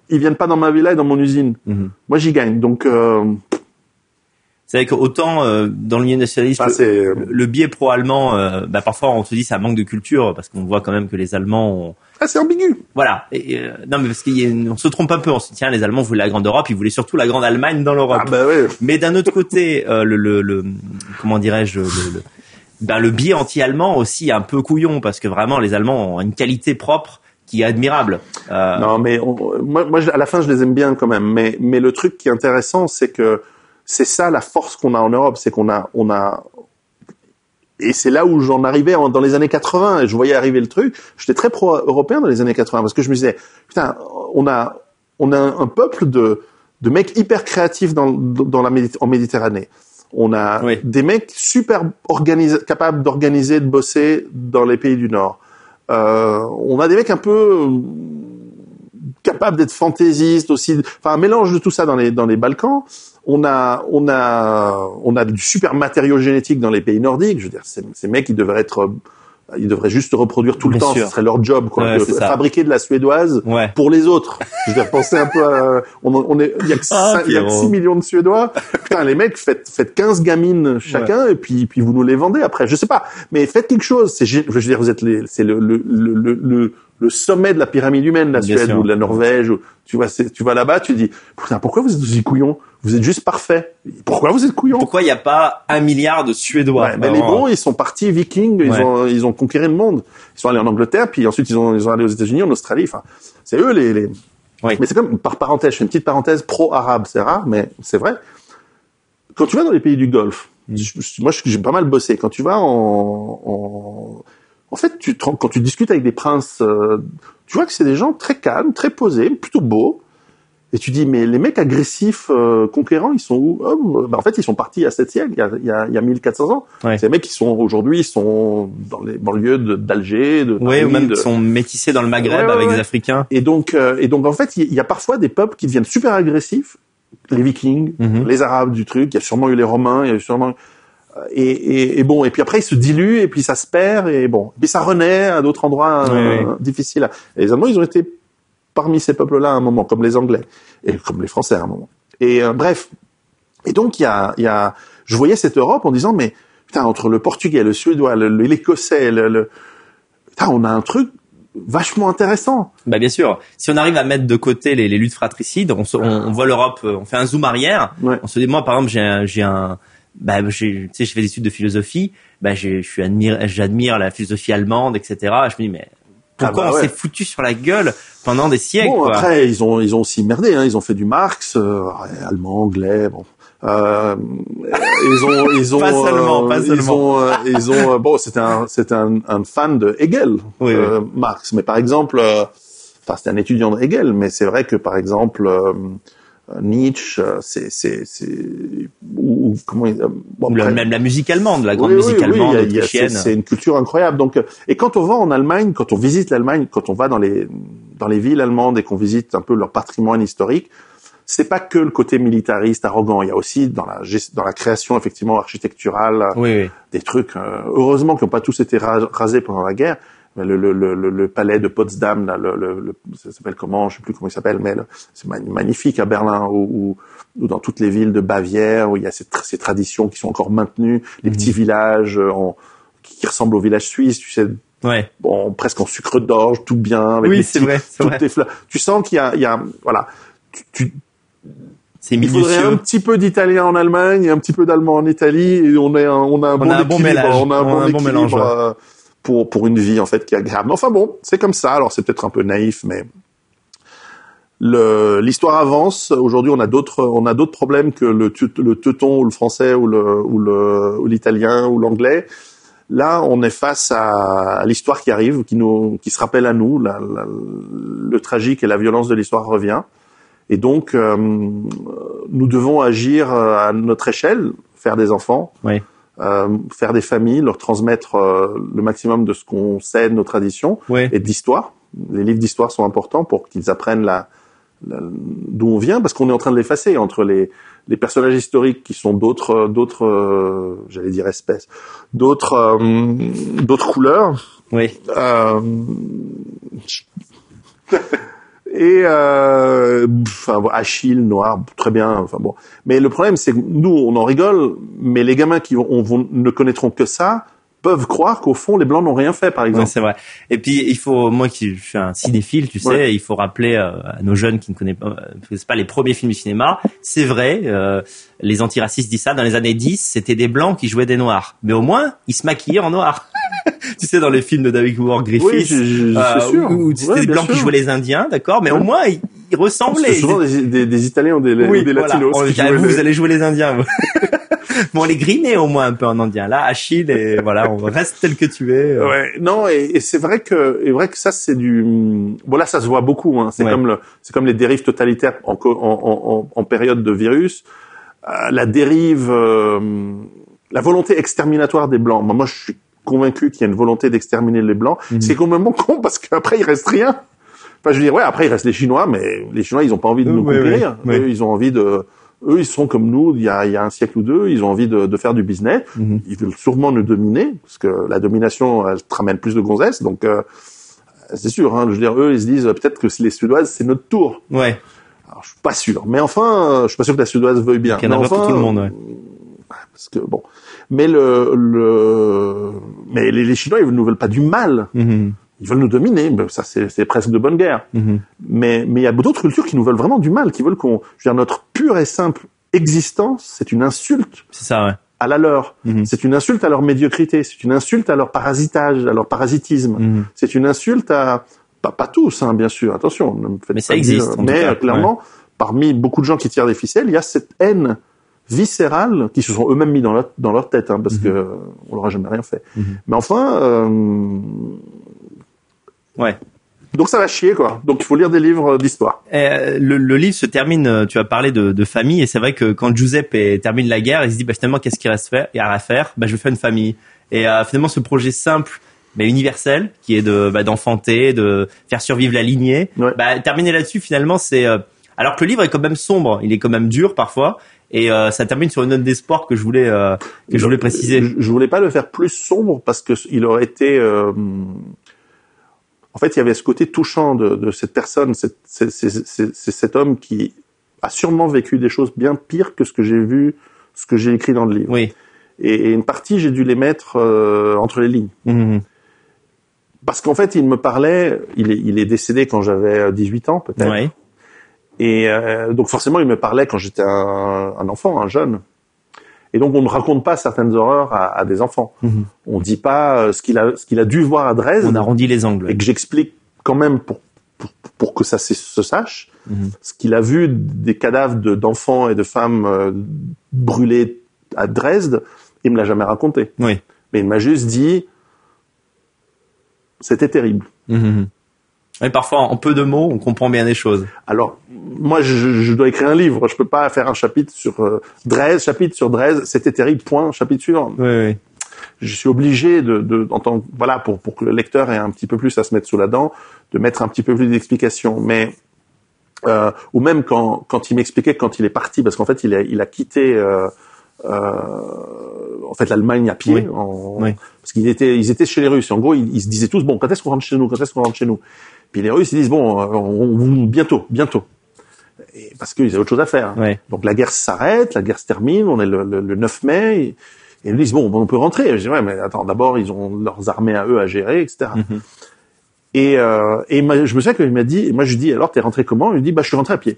ils viennent pas dans ma villa et dans mon usine. Moi, j'y gagne. Donc, c'est vrai qu'autant dans le milieu nationaliste, le biais pro-allemand, parfois on se dit ça manque de culture parce qu'on voit quand même que les Allemands ont... c'est ambigu. Voilà. Non, mais parce qu'on se trompe un peu. On se dit, tiens, les Allemands voulaient la grande Europe, ils voulaient surtout la grande Allemagne dans l'Europe. Ouais. Mais d'un autre côté, comment dirais-je, le biais anti-allemand aussi est un peu couillon parce que vraiment les Allemands ont une qualité propre qui est admirable. Non, mais moi, à la fin, je les aime bien quand même. Mais le truc qui est intéressant, c'est que c'est ça la force qu'on a en Europe, c'est qu'on a, et c'est là où j'en arrivais dans les années 80, et je voyais arriver le truc. J'étais très pro-européen dans les années 80 parce que je me disais, putain, on a un peuple de mecs hyper créatifs en Méditerranée. On a des mecs super capables d'organiser, de bosser dans les pays du Nord. On a des mecs un peu capables d'être fantaisistes aussi. Enfin, un mélange de tout ça dans les Balkans. On a du super matériau génétique dans les pays nordiques. Je veux dire, ces mecs, ils devraient juste reproduire tout le temps. Ce serait leur job, quoi. Fabriquer de la suédoise pour les autres. Je veux dire, pensez un peu à, il y a que 6 millions de Suédois. Putain, les mecs, faites 15 gamines chacun, et puis vous nous les vendez après. Je sais pas. Mais faites quelque chose. Je veux dire, vous êtes c'est le sommet de la pyramide humaine, la Suède ou de la Norvège. Tu vas là-bas, tu te dis, putain, pourquoi vous êtes aussi couillons? Vous êtes juste parfait. Pourquoi vous êtes couillons? Pourquoi il n'y a pas 1 milliard de Suédois? Mais les bons, ils sont partis vikings, ils ont conquéré le monde. Ils sont allés en Angleterre, puis ensuite ils sont allés aux États-Unis, en Australie. Enfin, c'est eux les. Oui. Mais c'est comme, par parenthèse, je fais une petite parenthèse pro-arabe, c'est rare, mais c'est vrai. Quand tu vas dans les pays du Golfe, moi j'ai pas mal bossé. Quand tu vas en fait, quand tu discutes avec des princes, tu vois que c'est des gens très calmes, très posés, plutôt beaux. Et tu dis, mais les mecs agressifs, conquérants, ils sont où? En fait, ils sont partis à 7 siècles, il y a 1400 ans. Ces mecs qui sont aujourd'hui, ils sont dans les banlieues d'Alger, de Paris, ou même qui sont métissés dans le Maghreb avec des Africains. Et donc en fait, il y a parfois des peuples qui deviennent super agressifs, les Vikings, les Arabes du truc. Il y a sûrement eu les Romains, il y a eu sûrement et bon, et puis après ils se diluent, et puis ça se perd, et bon, puis ça renaît à d'autres endroits difficiles. Et les Allemands, ils ont été parmi ces peuples-là à un moment, comme les Anglais et comme les Français à un moment. Et bref. Et donc je voyais cette Europe en disant, mais putain, entre le Portugais, le Suédois, l'Écossais, putain, on a un truc vachement intéressant. Bien sûr. Si on arrive à mettre de côté les luttes fratricides, on voit l'Europe, on fait un zoom arrière. On se dit, moi par exemple, j'ai fait des études de philosophie. J'admire la philosophie allemande, etc. Je me dis, mais pourquoi on s'est foutu sur la gueule pendant des siècles? Bon, après, ils ont aussi merdé, hein. Ils ont fait du Marx, allemand, anglais, bon. Ils ont pas seulement. Bon, c'était un fan de Hegel, Marx. Mais par exemple, c'était un étudiant de Hegel, mais c'est vrai que par exemple, Nietzsche, même la musique allemande, la grande musique allemande, autrichienne. C'est une culture incroyable. Donc, et quand on va en Allemagne, quand on visite l'Allemagne, quand on va dans les villes allemandes et qu'on visite un peu leur patrimoine historique, c'est pas que le côté militariste, arrogant. Il y a aussi dans la création effectivement architecturale des trucs. Heureusement qui n'ont pas tous été rasés pendant la guerre. Le palais de Potsdam, là, ça s'appelle comment? Je sais plus comment il s'appelle, mais c'est magnifique à Berlin ou dans toutes les villes de Bavière où il y a ces traditions qui sont encore maintenues, les petits villages qui ressemblent aux villages suisses, tu sais. Bon, presque en sucre d'orge, tout bien. Avec c'est vrai. Tes fleurs. Tu sens qu'il y a voilà. C'est il faudrait un petit peu d'italien en Allemagne et un petit peu d'allemand en Italie, et on a un bon mélange. Pour une vie en fait qui est agréable. Mais enfin bon, c'est comme ça. Alors c'est peut-être un peu naïf, mais l'histoire avance. Aujourd'hui, on a d'autres problèmes que le teuton ou le français ou l'italien ou l'anglais. Là, on est face à l'histoire qui arrive, qui se rappelle à nous. Le tragique et la violence de l'histoire revient. Et donc, nous devons agir à notre échelle, faire des enfants. Faire des familles, leur transmettre le maximum de ce qu'on sait de nos traditions et de l'histoire. Les livres d'histoire sont importants pour qu'ils apprennent d'où on vient, parce qu'on est en train de l'effacer entre les personnages historiques qui sont d'autres j'allais dire espèces, d'autres couleurs. Et Achille, noir, très bien. Enfin bon. Mais le problème, c'est que nous, on en rigole, mais les gamins qui ne connaîtront que ça peuvent croire qu'au fond, les blancs n'ont rien fait, par exemple. Ouais, c'est vrai. Et puis, il faut, moi qui je suis un cinéphile, tu sais, il faut rappeler à nos jeunes qui ne connaissent pas, c'est pas les premiers films du cinéma. C'est vrai, les antiracistes disent ça. Dans les années 10, c'était des blancs qui jouaient des noirs. Mais au moins, ils se maquillaient en noir. Tu sais, dans les films de David Howard Griffith, oui, je suis sûr. où c'était des blancs qui jouaient les Indiens, d'accord, mais au moins, ils ressemblaient. C'est souvent des Italiens ou des Latinos. Vous allez jouer les Indiens, vous. Bon, les grinés au moins un peu en indien. Là, Achille, et voilà, on reste tel que tu es. Ouais, non, et c'est vrai que ça c'est bon là ça se voit beaucoup. Hein. C'est comme les dérives totalitaires en période de virus. La dérive, la volonté exterminatoire des blancs. Moi, je suis convaincu qu'il y a une volonté d'exterminer les blancs. C'est complètement con parce qu'après il reste rien. Enfin, je veux dire, après il reste les Chinois, mais les Chinois ils ont pas envie de nous conquérir. Eux, ils ont envie eux, ils sont comme nous, il y a un siècle ou deux, ils ont envie de faire du business. Ils veulent sûrement nous dominer, parce que la domination, elle te ramène plus de gonzesses, donc c'est sûr. Hein, je veux dire, eux, ils se disent peut-être que les Suédoises, c'est notre tour. Ouais. Alors, je suis pas sûr, mais enfin, je suis pas sûr que la Suédoise veuille bien. Il y en a pas pour tout le monde. Ouais. Parce que bon, mais mais les Chinois, ils nous veulent pas du mal. Ils veulent nous dominer, ça c'est presque de bonne guerre. Mais il y a d'autres cultures qui nous veulent vraiment du mal, qui veulent je veux dire, notre pure et simple existence, c'est une insulte. C'est ça, ouais. À la leur. C'est une insulte à leur médiocrité, c'est une insulte à leur parasitage, à leur parasitisme. C'est une insulte à pas tous, hein, bien sûr. Attention, ne me faites mais pas ça existe. Mais clairement, parmi beaucoup de gens qui tirent des ficelles, il y a cette haine viscérale qui se sont eux-mêmes mis dans leur tête, hein, parce que on leur a jamais rien fait. Mais enfin. Ouais. Donc ça va chier, quoi. Donc il faut lire des livres d'histoire. Le livre se termine, tu as parlé de famille, et c'est vrai que quand Giuseppe termine la guerre, il se dit finalement qu'est-ce qu'il reste à faire? Je vais faire une famille. Et finalement ce projet simple mais universel qui est d'enfanter, de faire survivre la lignée, terminer là-dessus finalement c'est alors que le livre est quand même sombre, il est quand même dur parfois. Et ça termine sur une note d'espoir que je voulais préciser. Je voulais pas le faire plus sombre parce que il aurait été en fait, il y avait ce côté touchant de cette personne, c'est cet homme qui a sûrement vécu des choses bien pires que ce que j'ai écrit dans le livre. Oui. Et une partie, j'ai dû les mettre entre les lignes. Parce qu'en fait, il me parlait, il est décédé quand j'avais 18 ans, peut-être. Oui. Et donc forcément, il me parlait quand j'étais un enfant, un jeune. Et donc, on ne raconte pas certaines horreurs à des enfants. On dit pas ce qu'il a dû voir à Dresde. On arrondit les angles. Et que j'explique quand même pour que ça se sache. Ce qu'il a vu des cadavres d'enfants et de femmes brûlés à Dresde, il me l'a jamais raconté. Oui. Mais il m'a juste dit, c'était terrible. Et parfois, en peu de mots, on comprend bien des choses. Alors, moi, je dois écrire un livre. Je peux pas faire un chapitre sur Dresde, c'était terrible, point, chapitre suivant. Oui. Je suis obligé pour que le lecteur ait un petit peu plus à se mettre sous la dent, de mettre un petit peu plus d'explications. Mais, ou même quand il m'expliquait quand il est parti, parce qu'en fait, il a quitté, en fait, l'Allemagne à pied, parce qu'ils étaient chez les Russes. En gros, ils se disaient tous, bon, quand est-ce qu'on rentre chez nous? Puis les Russes, ils disent, bon, bientôt. Et parce qu'ils avaient autre chose à faire. Donc la guerre s'arrête, la guerre se termine, on est le 9 mai, et ils disent, bon, on peut rentrer. Et je dis, ouais, mais attends, d'abord, ils ont leurs armées à eux à gérer, etc. Et je me souviens qu'il m'a dit, et moi je lui dis, alors t'es rentré comment? Il me dit, je suis rentré à pied.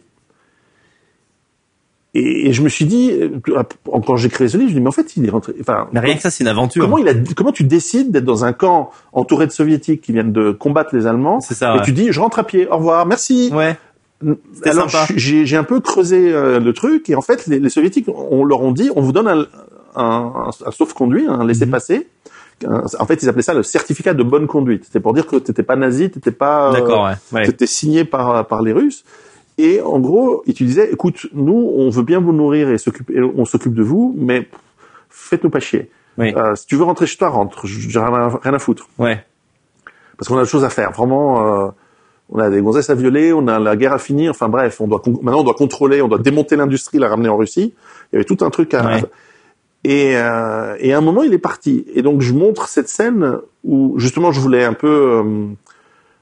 Et je me suis dit, quand j'ai créé ce livre, je me dis, mais en fait, il est rentré, mais rien que ça, c'est une aventure. Comment tu décides d'être dans un camp entouré de soviétiques qui viennent de combattre les Allemands? C'est ça, et tu dis, je rentre à pied, au revoir, merci. Ouais. Alors, j'ai un peu creusé le truc, et en fait, les soviétiques, on leur ont dit, on vous donne un sauf-conduit, un laissez-passer. En fait, ils appelaient ça le certificat de bonne conduite. C'était pour dire que t'étais pas nazi, t'étais pas, t'étais signé par les Russes. Et en gros, il te disait, écoute, nous, on veut bien vous nourrir et on s'occupe de vous, mais faites-nous pas chier. Si tu veux rentrer chez toi, rentre. J'ai rien à foutre. Parce qu'on a des choses à faire. Vraiment, on a des gonzesses à violer, on a la guerre à finir. Enfin bref, maintenant on doit contrôler, on doit démonter l'industrie, la ramener en Russie. Il y avait tout un truc à... Et à un moment, il est parti. Et donc, je montre cette scène où, justement, je voulais un peu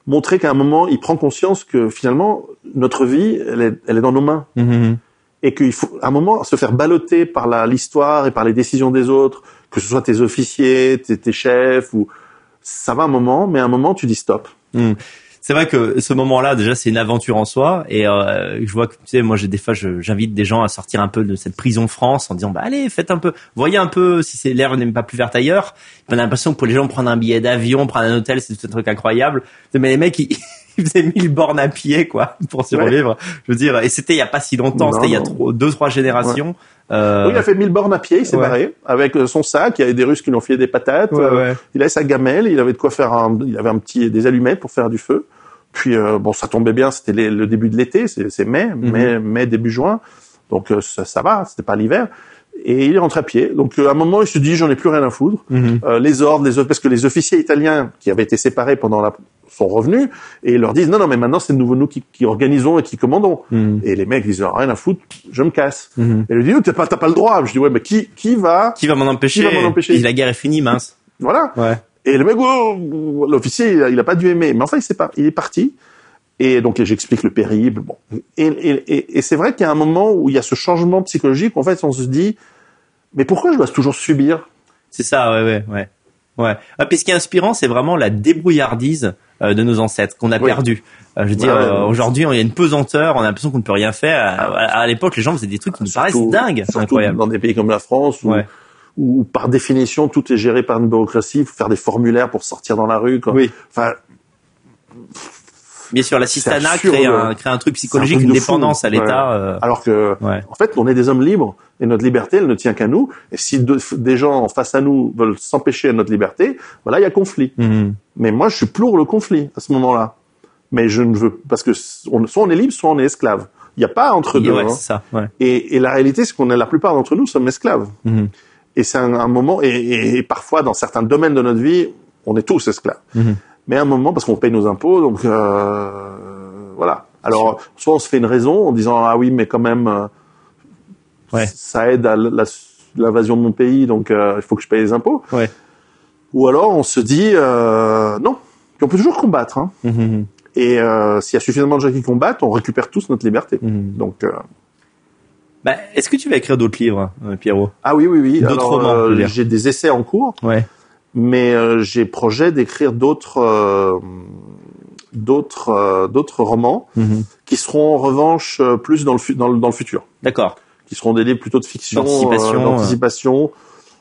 montrer qu'à un moment, il prend conscience que finalement, notre vie, elle est dans nos mains. Et qu'il faut, à un moment, se faire balloter par l'histoire et par les décisions des autres, que ce soit tes officiers, tes chefs, ou ça va un moment, mais à un moment, tu dis stop. C'est vrai que ce moment-là, déjà, c'est une aventure en soi. Et je vois que, tu sais, moi, j'invite des gens à sortir un peu de cette prison France en disant, bah allez, faites un peu, voyez un peu si c'est l'herbe n'est pas plus verte ailleurs. On a l'impression que pour les gens, prendre un billet d'avion, prendre un hôtel, c'est tout un truc incroyable. Mais les mecs, ils faisaient 1000 bornes à pied, quoi, pour survivre. Je veux dire, et c'était il y a pas si longtemps, c'était il y a 2-3 générations. Oui, il a fait 1000 bornes à pied, il s'est barré avec son sac. Il y avait des Russes qui lui ont filé des patates. Il avait sa gamelle, il avait de quoi faire il avait des allumettes pour faire du feu. Puis bon, ça tombait bien, c'était le début de l'été, c'est mai, début juin, donc ça va, c'était pas l'hiver. Et il est rentré à pied. Donc à un moment, il se dit, j'en ai plus rien à foutre. Les ordres, parce que les officiers italiens qui avaient été séparés sont revenus et ils leur disent non mais maintenant c'est de nouveau nous qui organisons et qui commandons. Et les mecs disent rien à foutre, je me casse. Et il lui dit t'as pas le droit. Je dis ouais mais qui va m'en empêcher? Et la guerre est finie, mince. Voilà. Et le mec, l'officier, il a pas dû aimer. Mais enfin, il est parti. Et donc, j'explique le périple. Bon. Et c'est vrai qu'il y a un moment où il y a ce changement psychologique. En fait, on se dit, mais pourquoi je dois toujours subir? C'est ça, ouais. Ah, puis ce qui est inspirant, c'est vraiment la débrouillardise de nos ancêtres qu'on a perdu. Je veux dire, aujourd'hui, il y a une pesanteur, on a l'impression qu'on ne peut rien faire. À l'époque, les gens faisaient des trucs qui nous paraissent dingues. Surtout incroyable. Dans des pays comme la France, où par définition tout est géré par une bureaucratie, il faut faire des formulaires pour sortir dans la rue, quoi. Enfin, bien sûr, l'assistanat crée un truc psychologique, une dépendance à l'État. Alors que, en fait, on est des hommes libres et notre liberté, elle ne tient qu'à nous. Et si des gens en face à nous veulent s'empêcher de notre liberté, voilà, il y a conflit. Mais moi, je suis pour le conflit à ce moment-là. Mais je ne veux, parce que soit on est libre, soit on est esclave. Il n'y a pas entre deux. C'est ça. Et la réalité, c'est la plupart d'entre nous sommes esclaves. Et c'est un moment, et parfois dans certains domaines de notre vie, on est tous esclaves. Mais à un moment, parce qu'on paye nos impôts, donc voilà. Alors, soit on se fait une raison en disant ah oui, mais quand même, ça aide à l'invasion de mon pays, donc il faut que je paye les impôts. Ou alors on se dit non, puis on peut toujours combattre. Et s'il y a suffisamment de gens qui combattent, on récupère tous notre liberté. Donc est-ce que tu vas écrire d'autres livres, Pierrot? Ah oui. D'autres romans, j'ai des essais en cours. Mais j'ai projet d'écrire d'autres romans qui seront en revanche plus dans le futur. D'accord. Qui seront des livres plutôt de fiction, d'anticipation.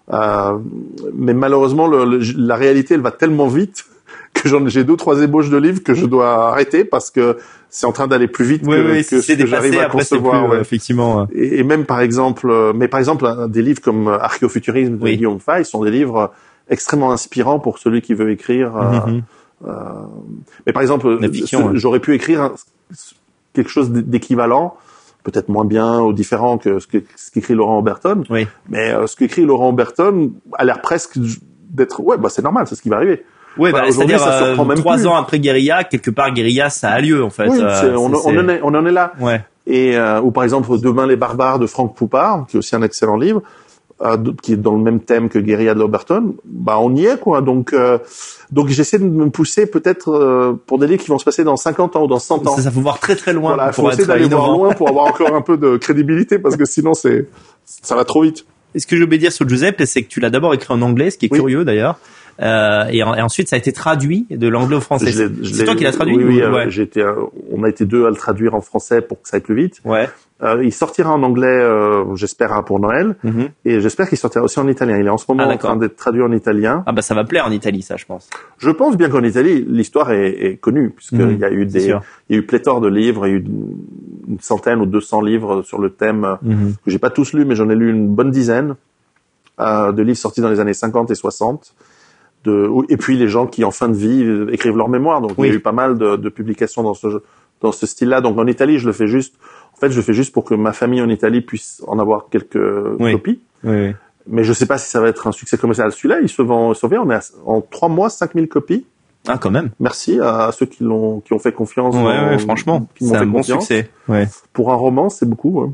Mais malheureusement, la réalité, elle va tellement vite que j'ai 2-3 ébauches de livres que je dois arrêter parce que c'est en train d'aller plus vite que ce que j'arrive à concevoir. Effectivement. Et même par exemple, des livres comme Archéofuturisme de Guillaume Fay sont des livres extrêmement inspirants pour celui qui veut écrire. Mais par exemple, j'aurais pu écrire quelque chose d'équivalent, peut-être moins bien ou différent que ce qu'écrit Laurent Oberton. Mais ce qu'écrit Laurent Oberton a l'air presque d'être c'est normal, c'est ce qui va arriver. C'est-à-dire 3 ans après Guérilla, quelque part Guérilla, ça a lieu en fait. On en est là. Et ou par exemple Demain les barbares de Franck Poupart, qui est aussi un excellent livre, qui est dans le même thème que Guérilla de Oberton. On y est quoi. Donc j'essaie de me pousser peut-être pour des livres qui vont se passer dans 50 ans ou dans 100 ans. Ça faut voir très très loin. Voilà, faut essayer d'aller voir loin pour avoir encore un peu de crédibilité parce que sinon ça va trop vite. Et ce que j'ai oublié de dire sur Giuseppe, c'est que tu l'as d'abord écrit en anglais, ce qui est curieux d'ailleurs. Et ensuite ça a été traduit de l'anglais au français. C'est toi qui l'as traduit? Oui, on a été 2 à le traduire en français pour que ça aille plus vite. Il sortira en anglais, j'espère pour Noël, et j'espère qu'il sortira aussi en italien. Il est en ce moment en train d'être traduit en italien. Ça va plaire en Italie, ça, je pense. Je pense bien qu'en Italie, l'histoire est connue, puisqu'il y a eu pléthore de livres, il y a eu une centaine ou 200 livres sur le thème que j'ai pas tous lus, mais j'en ai lu une bonne dizaine de livres sortis dans les années 50 et 60. Et puis les gens qui en fin de vie écrivent leurs mémoires. Donc il y a eu pas mal de publications dans ce style-là. Donc en Italie, je le fais juste pour que ma famille en Italie puisse en avoir quelques copies. Mais je sais pas si ça va être un succès commercial. Celui-là, il se vend, on est en 3 mois, 5000 copies. Ah, quand même. Merci à ceux qui ont fait confiance. Franchement, c'est un bon succès. Pour un roman, c'est beaucoup.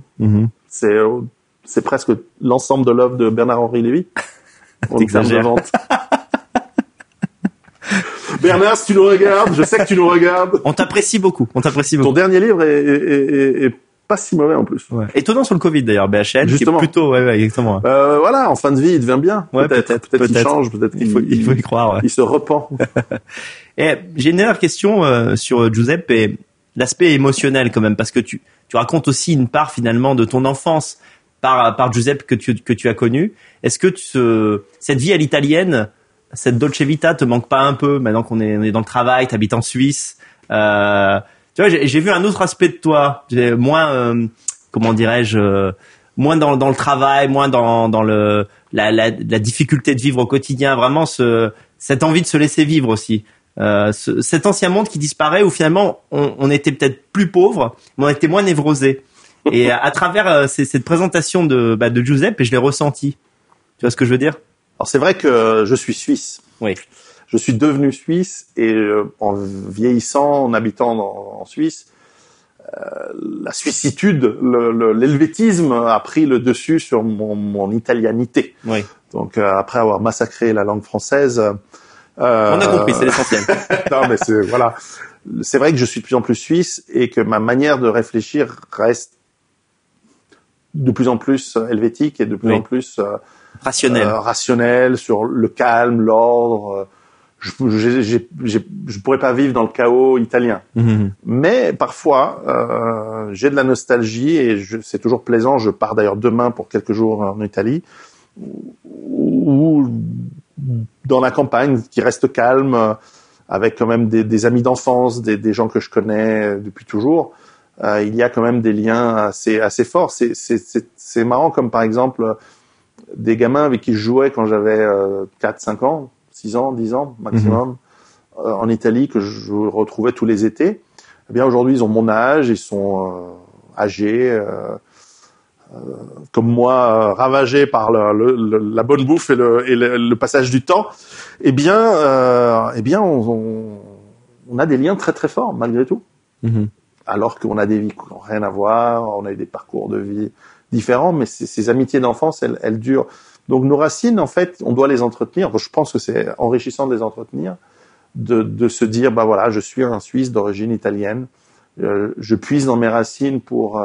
C'est presque l'ensemble de l'œuvre de Bernard-Henri Lévy. T'exagères. Bernard, si tu nous regardes, je sais que tu nous regardes. On t'apprécie beaucoup. Ton dernier livre est pas si mauvais en plus. Ouais. Étonnant sur le Covid d'ailleurs, BHL. Justement. Qui est plutôt, ouais, exactement. Voilà, en fin de vie, il devient bien. Ouais, Peut-être qu'il change, peut-être il faut y croire. Ouais. Il se repent. Et j'ai une dernière question sur Giuseppe et l'aspect émotionnel quand même, parce que tu racontes aussi une part finalement de ton enfance par Giuseppe que tu as connu. Est-ce que cette vie à l'italienne, cette Dolce Vita te manque pas un peu maintenant qu'on est dans le travail, t'habites en Suisse? Tu vois, j'ai vu un autre aspect de toi, moins, comment dirais-je, moins dans le travail, moins dans la difficulté de vivre au quotidien, vraiment cette envie de se laisser vivre aussi. Cet ancien monde qui disparaît où finalement on était peut-être plus pauvre, mais on était moins névrosé. Et à travers cette présentation de Giuseppe, je l'ai ressenti. Tu vois ce que je veux dire? Alors c'est vrai que je suis suisse. Oui. Je suis devenu suisse et en vieillissant, en habitant en Suisse, la suissitude, l'helvétisme a pris le dessus sur mon italianité. Oui. Donc après avoir massacré la langue française, on a compris, c'est l'essentiel. Non mais voilà, c'est vrai que je suis de plus en plus suisse et que ma manière de réfléchir reste de plus en plus helvétique et de plus en plus rationnel sur le calme, l'ordre. Je pourrais pas vivre dans le chaos italien. Mm-hmm. Mais parfois, j'ai de la nostalgie et c'est toujours plaisant. Je pars d'ailleurs demain pour quelques jours en Italie, ou dans la campagne, qui reste calme, avec quand même des amis d'enfance, des gens que je connais depuis toujours. Il y a quand même des liens assez forts. C'est marrant, comme par exemple des gamins avec qui je jouais quand j'avais 4-5 ans, 6 ans, 10 ans maximum, en Italie, que je retrouvais tous les étés. Eh bien, aujourd'hui, ils ont mon âge, ils sont âgés, comme moi, ravagés par la bonne bouffe et le passage du temps. Eh bien, on a des liens très très forts malgré tout. Mm-hmm. Alors qu'on a des vies qui n'ont rien à voir, on a eu des parcours de vie différents, mais ces amitiés d'enfance, elles durent. Donc nos racines, en fait, on doit les entretenir. Je pense que c'est enrichissant de les entretenir, de se dire, bah voilà, je suis un Suisse d'origine italienne, je puise dans mes racines pour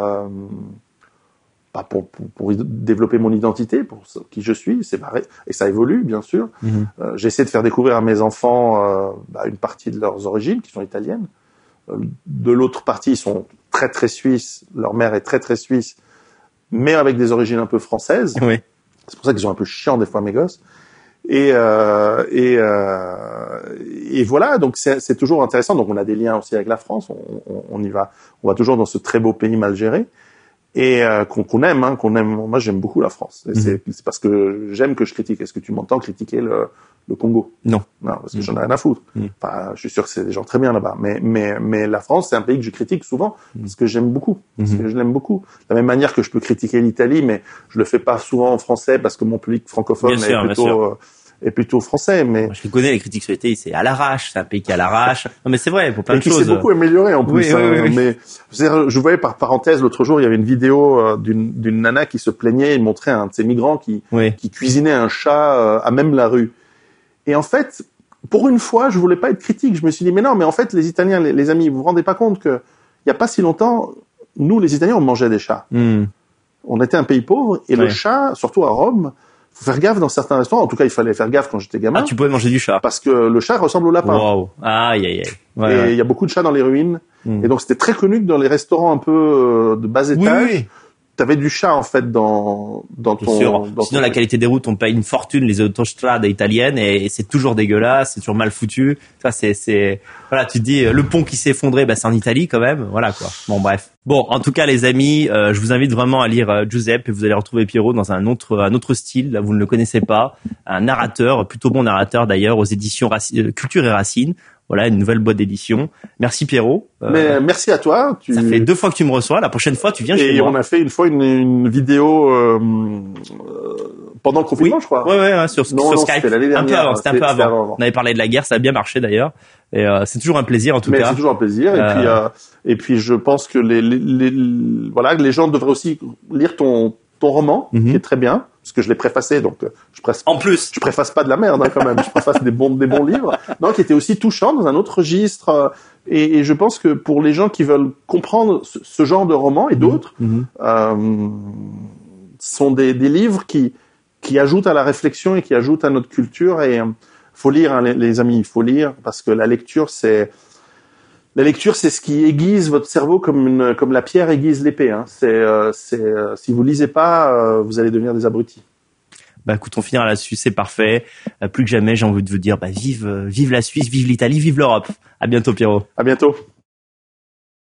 développer mon identité, pour qui je suis, c'est pareil, et ça évolue bien sûr. Mm-hmm. J'essaie de faire découvrir à mes enfants une partie de leurs origines qui sont italiennes. De l'autre partie, ils sont très très suisses. Leur mère est très très suisse, mais avec des origines un peu françaises. Oui. C'est pour ça qu'ils sont un peu chiants des fois, mes gosses. Et voilà. Donc c'est toujours intéressant. Donc on a des liens aussi avec la France. On y va. On va toujours dans ce très beau pays mal géré et qu'on aime. Moi, j'aime beaucoup la France. Et c'est parce que j'aime que je critique. Est-ce que tu m'entends critiquer le Congo? Non, parce que j'en ai rien à foutre. Enfin, je suis sûr que c'est des gens très bien là-bas. Mais la France, c'est un pays que je critique souvent parce que j'aime beaucoup. Parce que je l'aime beaucoup. De la même manière que je peux critiquer l'Italie, mais je le fais pas souvent en français parce que mon public francophone est plutôt français. Mais moi, je les connais, les critiques sur l'Italie, c'est à l'arrache. C'est un pays qui est à l'arrache. Non, mais c'est vrai, pour plein de choses. Et qui s'est beaucoup amélioré en plus. Oui. Mais je voyais par parenthèse l'autre jour, il y avait une vidéo d'une nana qui se plaignait. Il montrait un de ces migrants qui cuisinait un chat à même la rue. Et en fait, pour une fois, je voulais pas être critique. Je me suis dit, mais non, mais en fait, les Italiens, les amis, vous vous rendez pas compte que il y a pas si longtemps, nous, les Italiens, on mangeait des chats. On était un pays pauvre et le chat, surtout à Rome, faut faire gaffe dans certains restaurants. En tout cas, il fallait faire gaffe quand j'étais gamin. Ah, tu pouvais manger du chat. Parce que le chat ressemble au lapin. Wow. Aïe. Ouais, il y a beaucoup de chats dans les ruines. Et donc, c'était très connu que dans les restaurants un peu de bas étage, t'avais du chat en fait dans ton. Sinon la qualité des routes, on paye une fortune les autostrades italiennes et c'est toujours dégueulasse, c'est toujours mal foutu. Ça c'est voilà, tu te dis le pont qui s'est effondré, c'est en Italie quand même. Voilà quoi. Bon bref. Bon, en tout cas les amis, je vous invite vraiment à lire Giuseppe et vous allez retrouver Piero dans un autre style. Là vous ne le connaissez pas, un narrateur, plutôt bon narrateur d'ailleurs, aux éditions Culture et Racines. Voilà, une nouvelle boîte d'édition. Merci Piero. Mais merci à toi. Ça fait 2 fois que tu me reçois. La prochaine fois, tu viens chez moi. Et on a fait une fois une vidéo pendant le confinement, je crois. Ouais, sur Skype. C'était l'année dernière. C'était un peu avant. On avait parlé de la guerre, ça a bien marché d'ailleurs. Et c'est toujours un plaisir en tout cas. Mais c'est toujours un plaisir. Et puis je pense que les gens devraient aussi lire ton roman, qui est très bien. parce que je l'ai préfacé, donc en plus, je préface pas de la merde quand même, je préface des bons livres, non, qui étaient aussi touchants dans un autre registre. Et je pense que pour les gens qui veulent comprendre ce genre de roman et d'autres, sont des livres qui ajoutent à la réflexion et qui ajoutent à notre culture. Et faut lire, hein, les amis, il faut lire, parce que la lecture c'est ce qui aiguise votre cerveau comme la pierre aiguise l'épée. Hein. Si vous lisez pas, vous allez devenir des abrutis. Bah écoute, on finira là-dessus, c'est parfait. Plus que jamais, j'ai envie de vous dire, vive la Suisse, vive l'Italie, vive l'Europe. À bientôt, Pierrot. À bientôt.